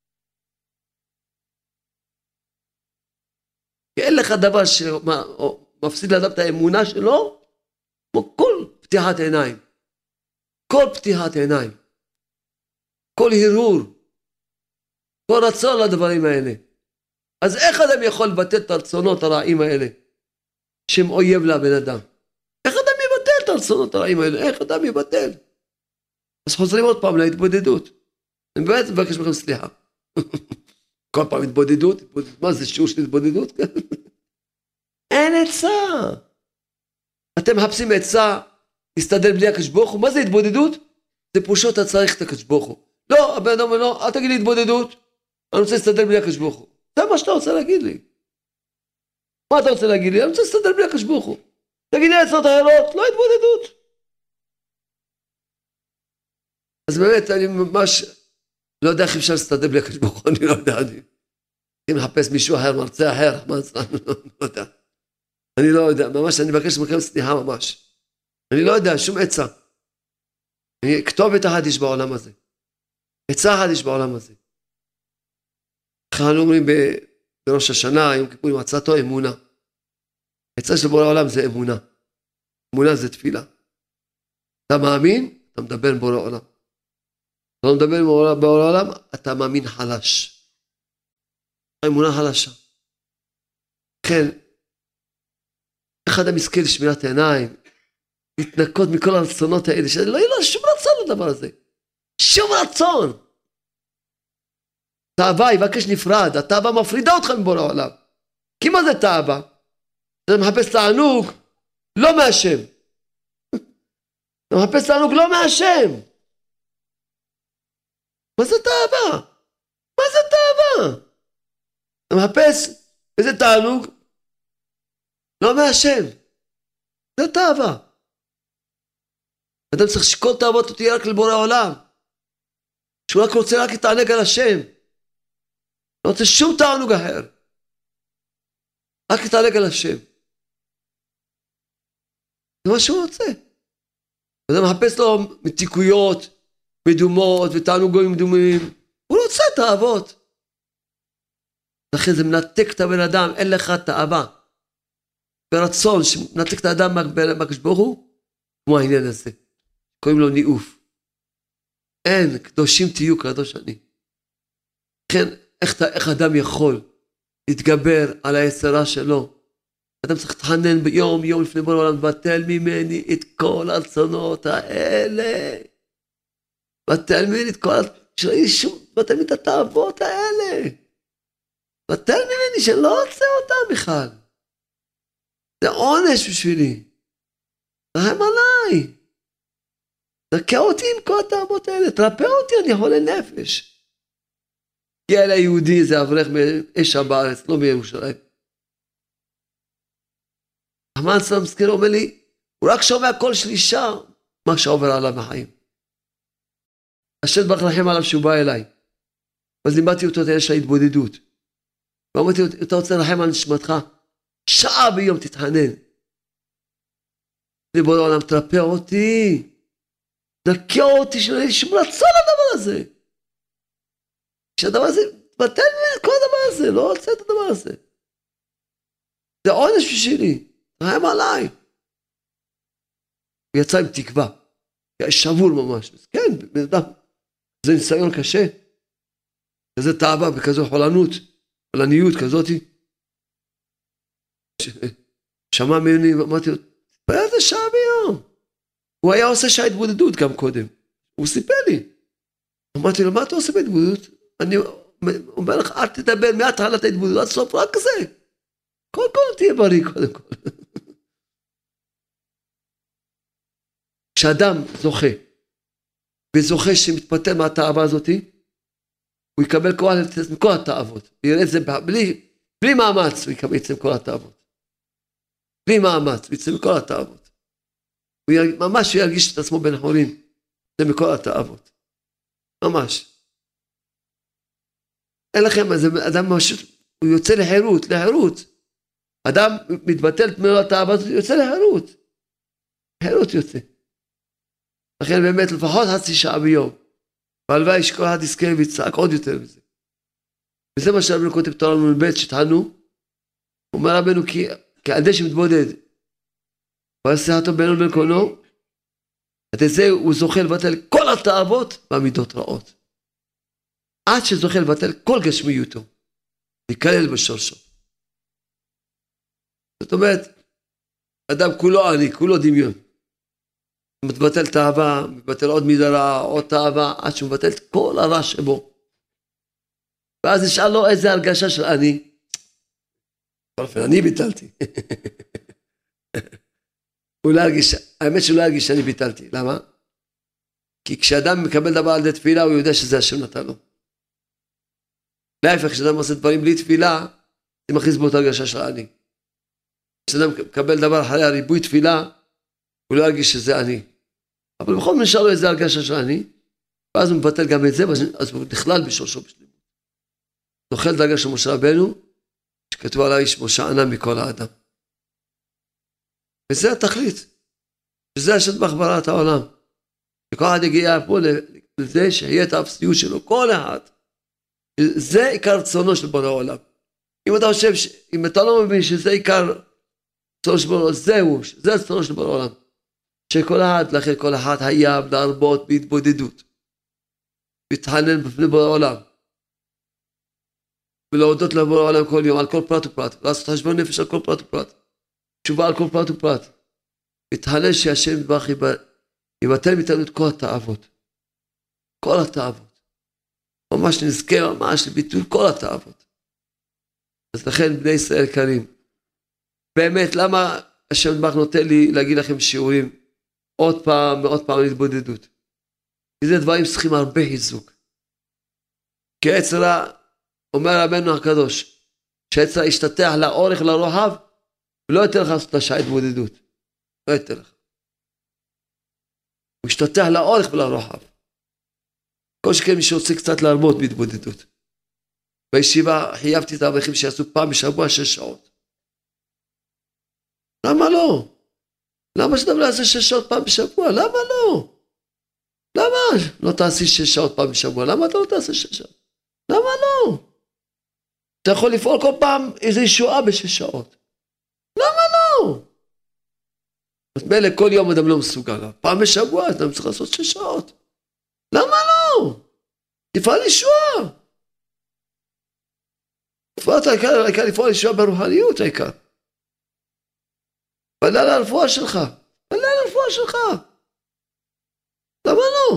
[SPEAKER 1] כי אין לך דבר שמפסיד לאדם את האמונה שלו, כמו כל פתיחת עיניים. כל פתיחת עיניים. כל הרהור. כל רצון לדברים האלה. אז איך אדם יכול לבטל את הרצונות הרעים האלה, שהם אויב לבן אדם? איך אדם יבטל את הרצונות הרעים האלה? איך אדם יבטל? אז חוזרים עוד פעם להתבודדות. אני באמת מבקש מכם סליחה. כל פעם התבודדות, התבודדות. מה זה שיעור של התבודדות? אין עצה. אתם מחפשים עצה, להסתדר בלי הקדוש ברוך הוא. מה זה התבודדות? זה פשוט אתה צריך את הקדוש ברוך הוא. לא, הבן אדם אומר, לא, אל תגיד לי התבודדות, אני רוצה להסתדר בלי הקדוש ברוך הוא. זה מה שאתה רוצה להגיד לי. מה אתה רוצה להגיד לי? אני רוצה להסתדר בלי הקדוש ברוך הוא. תגיד לי עצות אחרות, לא התבודדות. אז באמת, אני ממש לא יודע איך אפשר להסתדר בלי הקדוש ברוך הוא, אני לא יודע. אני מחפש מישהו אחר, מרצה אחר, מה זה? אני לא יודע. אני לא יודע, ממש, אני מבקש מכם סליחה ממש. אני לא יודע, שום עצה. כתובת אחת יש בעולם הזה. עצה אחת יש בעולם הזה. אנחנו אומרים בראש השנה, יום כיפורים, עצתו אמונה. עצה של בורא העולם זה אמונה. אמונה זה תפילה. אתה מאמין, אתה מדבר עם בורא העולם. אתה לא מדבר בעולם, אתה מאמין חלש. האמונה חלשה. כן, אחד המזכה לשמירת העיניים, להתנקות מכל הרצונות האלה, שלא יהיה לו שום רצון לדבר הזה. שום רצון. תאווה יבקש נפרד, התאווה מפרידה אותך מבורא העולם. כי מה זה תאווה? אתה מחפש תענוג, לא מהשם. אתה מחפש תענוג לא מהשם. מה זה תאווה? מה זה תאווה? אתה מחפש איזה תענוג? לא מהשם. זה תאווה. אדם צריך שכל תאוות תהיה רק לבורא העולם. שהוא רק רוצה רק להתענג על השם. לא רוצה שום תענוג אחר. רק להתענג על השם. זה מה שהוא רוצה. אדם מחפש לו מתיקויות, מדומות ותענוגים מדומים. הוא רוצה תאוות. לכן זה מנתק את הבן אדם, אין לך תאווה. ברצון שמנתק את האדם מהקדוש ברוך הוא, כמו העניין הזה. קוראים לו ניאוף. אין, קדושים תהיו קדוש אני. לכן, איך, איך אדם יכול להתגבר על היצרה שלו? אדם צריך להתחנן ביום, יום לפני בורא העולם, בטל ממני את כל הרצונות האלה. בטל ממני את כל, שלא יהיה שום, בטל ממני את התאוות האלה. בטל ממני שלא רוצה אותם בכלל. זה עונש בשבילי. רחם עליי. תקע אותי עם כל התאוות האלה. תרפא אותי, אני חולה נפש. הגיע אל היהודי, זה אברך מאש בארץ, לא מירושלים. המן סלם מזכיר אומר לי, הוא רק שומע קול של אישה, מה שעובר עליו בחיים. השם ברוך רחם עליו שהוא בא אליי. אז לימדתי אותו את האש ההתבודדות. ואמרתי, אתה רוצה לרחם על נשמתך? שעה ביום תתחנן. לבורא העולם, תרפא אותי. נקה אותי, שלא יהיה שום רצון לדבר הזה. כשהדבר הזה, תבטל ממני את כל הדבר הזה, לא רוצה את הדבר הזה. זה עונש בשבילי, רחם עליי. הוא יצא עם תקווה. היה שבור ממש. כן, בן אדם. זה ניסיון קשה. כזה תאווה וכזו חולנות, חולניות כזאת. שמע ממני, אמרתי לו, תתפלל זה שעה ביום. הוא היה עושה שעה התבודדות גם קודם. הוא סיפר לי. אמרתי לו, מה אתה עושה בהתבודדות? אני אומר לך, אל תדבר מהתחלת ההתבודדות, עד סוף רק זה. קודם כל תהיה בריא, קודם כל. כשאדם זוכה, וזוכה שמתפטר מהתאווה הזאת, הוא יקבל כוח לצאת מכל התאוות. יראה את זה בלי, בלי מאמץ, הוא יקבל את זה מכל התאוות. בלי מאמץ, הוא יצא מכל התאוות. הוא ירג, ממש הוא ירגיש את עצמו בן חורין, זה מכל התאוות. ממש. אין לכם, אז אדם פשוט, הוא יוצא לחירות, לחירות. אדם מתבטל את מכל התאוות, הוא יוצא לחירות. לחירות יוצא. לכן באמת לפחות חצי שעה ביום. והלוואי שכל אחד יזכה ויצעק עוד יותר מזה. וזה מה שרבנו כותב תורה לנו מבית שתענו. הוא אומר רבנו כי, כי עדי שמתבודד. ועשיתו בינו ובין קונו. עד זה הוא זוכה לבטל כל התאוות והמידות רעות. עד שזוכה לבטל כל גשמיותו. יקלל בשורשו. זאת אומרת, אדם כולו עני, כולו דמיון. מתבטל תאווה, מתבטל עוד מידרה, עוד תאווה, עד שהוא מבטל את כל הרע שבו. ואז נשאל לו איזה הרגשה של אני. אני ביטלתי. הוא לא הרגיש, האמת שהוא לא הרגיש שאני ביטלתי. למה? כי כשאדם מקבל דבר על ידי תפילה, הוא יודע שזה השם נתן לו. להפך, כשאדם עושה דברים בלי תפילה, זה מכניס בו את הרגשה של אני. כשאדם מקבל דבר אחרי הריבוי תפילה, הוא לא הרגיש שזה אני. אבל בכל זאת נשאר לו איזה הרגשה של אני, ואז הוא מבטל גם את זה, אז הוא נכלל בשורשו בשלמות. נוכל דרגה של משה רבנו, שכתוב עליו איש משה ענה מכל האדם. וזה התכלית. שזה השם בהחברת העולם. שכל אחד יגיע פה לזה שיהיה את האפסיות שלו, כל אחד. זה עיקר רצונו של בורא העולם. אם אתה חושב, אם אתה לא מבין שזה עיקר רצונו של בורא העולם, זהו, זה רצונו של בורא העולם. שכל אחד, לכן כל אחד חייב להרבות בהתבודדות. להתחנן בפני בורא העולם, ולהודות לבורא העולם כל יום, על כל פרט ופרט, לעשות חשבון נפש על כל פרט ופרט, תשובה על כל פרט ופרט, להתחנן שהשם יתברך יבטל מאיתנו את כל התאוות, כל התאוות, ממש נזכה ממש לביטול כל התאוות. אז לכן בני ישראל קרים, באמת למה השם יתברך נותן לי להגיד לכם שיעורים עוד פעם ועוד פעם על התבודדות? כי זה דברים צריכים הרבה חיזוק. כי העץ הרע, אומר רבנו הקדוש, שהעץ הרע ישתטח לאורך לרוחב, ולא ייתן לך לעשות לשעה התבודדות. לא ייתן לך. הוא ישתטח לאורך ולרוחב. כל שכן מי שרוצה קצת להרבות בהתבודדות. בישיבה חייבתי את האברכים שיעשו פעם בשבוע שש שעות. למה לא? למה שאתה לא יעשה שש שעות פעם בשבוע? למה לא? למה? לא תעשי שש שעות פעם בשבוע. למה אתה לא תעשה שש שעות? למה לא? אתה יכול לפעול כל פעם איזו ישועה בשש שעות. למה לא? אז מילא כל יום אדם לא מסוגל. פעם בשבוע אדם צריך לעשות שש שעות. למה לא? תפעל ישועה. העיקר לפעול ישועה ברוחניות העיקר. פנה לרפואה שלך. פנה לרפואה שלך. למה לא?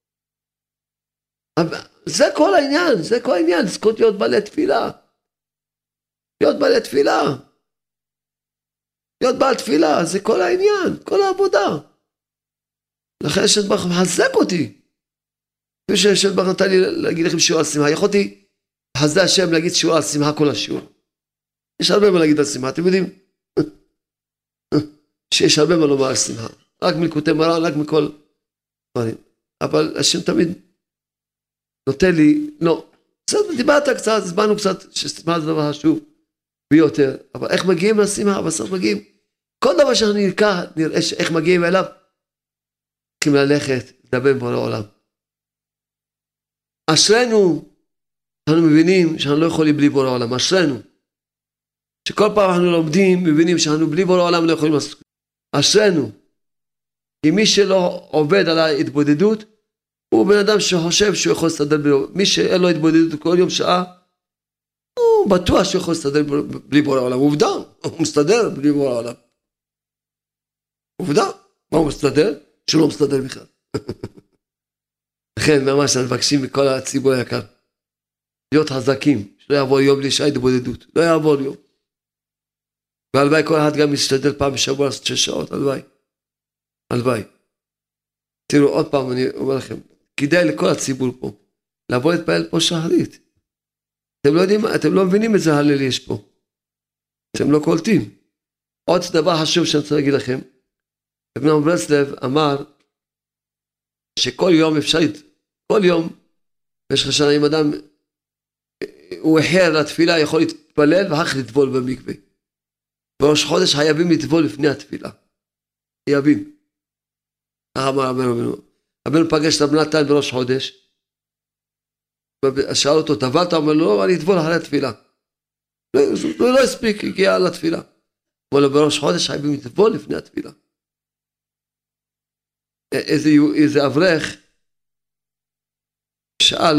[SPEAKER 1] זה כל העניין, זה כל העניין, זכות להיות בעלי תפילה. להיות בעלי תפילה. להיות בעל תפילה, זה כל העניין, כל העבודה. לכן השם יתברך מחזק אותי. כפי שהשם יתברך נתן לי להגיד לכם שיעור על שמחה, יכולתי בחסדי השם להגיד שיעור על שמחה כל השיעור. יש הרבה מה להגיד על שמחה, אתם יודעים? שיש הרבה מה לומר על שמחה. רק מלקוטי מרן, רק מכל דברים. אבל השם תמיד נותן לי, לא, בסדר, דיברת קצת, הסברנו קצת ששמחה זה דבר חשוב ביותר, אבל איך מגיעים לשמחה? בסוף מגיעים, כל דבר שאנחנו נראה, נראה איך מגיעים אליו, צריכים ללכת, לדבר עם בורא העולם. אשרנו, אנחנו מבינים שאנחנו לא יכולים בלי בורא העולם, אשרנו, שכל פעם אנחנו לומדים, מבינים שאנחנו בלי בורא העולם לא יכולים לעשות. אשרנו, כי מי שלא עובד על ההתבודדות, הוא בן אדם שחושב שהוא יכול להסתדר בלי, מי שאין לו התבודדות כל יום שעה, הוא בטוח שהוא יכול להסתדר בלי בורא העולם, עובדה, הוא מסתדר בלי בורא העולם. עובדה, מה הוא מסתדר? שלא מסתדר בכלל. לכן ממש אנחנו מבקשים מכל הציבור היקר, להיות חזקים, שלא יעבור יום בלי שעה התבודדות, לא יעבור יום. והלוואי כל אחד גם ישתדל פעם בשבוע לעשות שש שעות, הלוואי. הלוואי. תראו עוד פעם אני אומר לכם, כדאי לכל הציבור פה, לבוא להתפעל פה שחרית. אתם לא יודעים, אתם לא מבינים איזה הלל יש פה. אתם לא קולטים. עוד דבר חשוב שאני רוצה להגיד לכם, רבי נחמן מברסלב אמר, שכל יום אפשר, כל יום, במשך השנה אם אדם, הוא אחר לתפילה, יכול להתפלל ואחר כך לטבול במקווה. בראש חודש חייבים לטבול לפני התפילה. חייבים. ככה אמר רבנו. רבנו פגש את רב נתן בראש חודש, שאל אותו, טבלת? אומר לו, לא, אני אטבול אחרי התפילה. הוא לא הספיק, הגיע לתפילה. אמר לו, בראש חודש חייבים לטבול לפני התפילה. איזה, איזה אברך שאל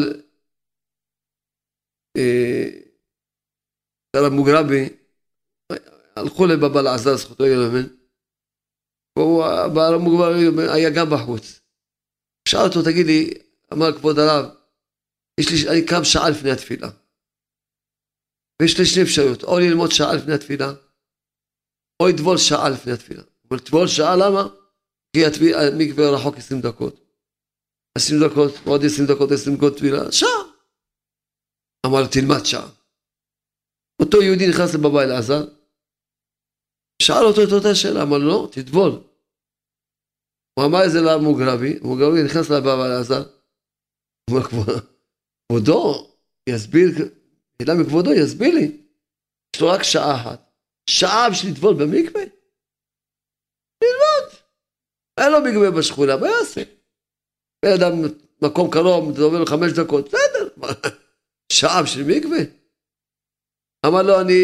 [SPEAKER 1] הרב מוגרבי, הלכו לבבא אלעזר זכותו יאמר, והוא הרב מוגרבי היה גם בחוץ. שאל אותו, תגיד לי, אמר כבוד הרב, יש לי, אני קם שעה לפני התפילה, ויש לי שני אפשרויות, או ללמוד שעה לפני התפילה, או לטבול שעה לפני התפילה. אבל טבול שעה למה? כי המקווה רחוק עשרים דקות. עשרים דקות, עוד עשרים דקות, עשרים דקות תפילה, שעה. אמר לו, תלמד שעה. אותו יהודי נכנס לבבא אלעזר, שאל אותו את אותה שאלה, אמר לו, לא, תטבול. הוא אמר את זה למוגרבי, המוגרבי נכנס לבבא אלעזר, הוא אומר, כבודו, יסביר, אלא מכבודו, יסביר לי, יש לו רק שעה אחת. שעה בשביל לטבול במקווה? תלמד. אין לו מקווה בשכונה, מה יעשה? בן אדם מקום קרוב, מדבר לו חמש דקות, בסדר. שעה בשביל מקווה? אמר לו, אני...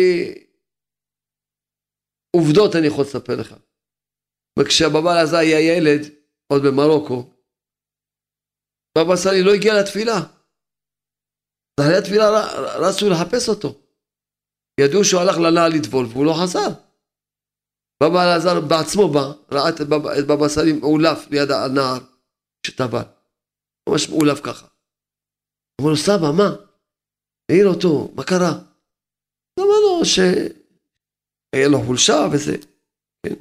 [SPEAKER 1] עובדות אני יכול לספר לך. וכשהבבא אלעזר היה ילד, עוד במרוקו, בבא סאלי לא הגיע לתפילה. אחרי התפילה רצו לחפש אותו. ידעו שהוא הלך לנעל לטבול, והוא לא חזר. בבא אלעזר בעצמו בא, ראה את בבא סאלי מעולף ליד הנער שטבל. ממש מעולף ככה. אמר לו, סבא, מה? העיר אותו, מה קרה? אמר לו שהיה לו חולשה וזה. כן?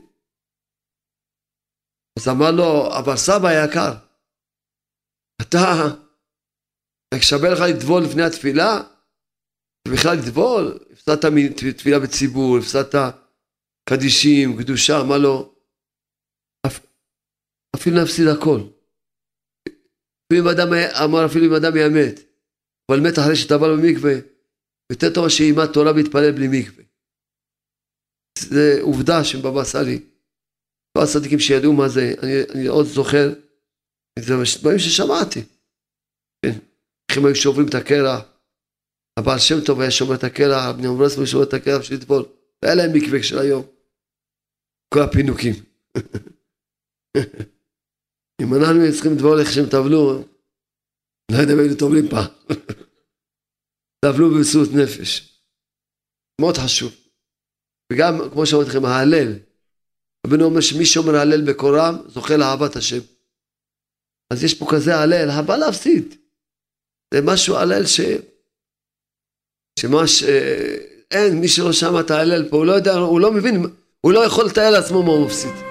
[SPEAKER 1] אז אמר לו, אבל סבא יקר, אתה, שווה לך לטבול לפני התפילה? ובכלל לטבול, הפסדת תפילה בציבור, הפסדת קדישים, קדושה, מה לא? אפילו נפסיד הכל. אפילו אם אדם, אמר אפילו אם אדם ימת, אבל מת אחרי שטבל במקווה, יותר טוב שילמד תורה והתפלל בלי מקווה. זה עובדה שבבא סאלי, לא הצדיקים שידעו מה זה, אני, אני עוד זוכר, זה דברים ששמעתי. כן, איך הם היו שוברים את הקרח, הבעל שם טוב היה שומר את הקרח, בני עמרס היה שומר את הקרח בשביל לטבול, והיה להם מקווה של היום. כל הפינוקים. אם אנחנו צריכים לטבול איך שהם טבלו, לא יודע אם היינו טובלים פעם. טבלו במסירות נפש. מאוד חשוב. וגם, כמו שאמרתי לכם, ההלל. רבנו אומר שמי שאומר הלל בקורם, זוכה לאהבת השם. אז יש פה כזה הלל, הבא להפסיד. זה משהו הלל ש... שממש אה, אין, מי שלא שמע את ההלל פה, הוא לא יודע, הוא לא מבין, הוא לא יכול לתאר לעצמו מה הוא מפסיד.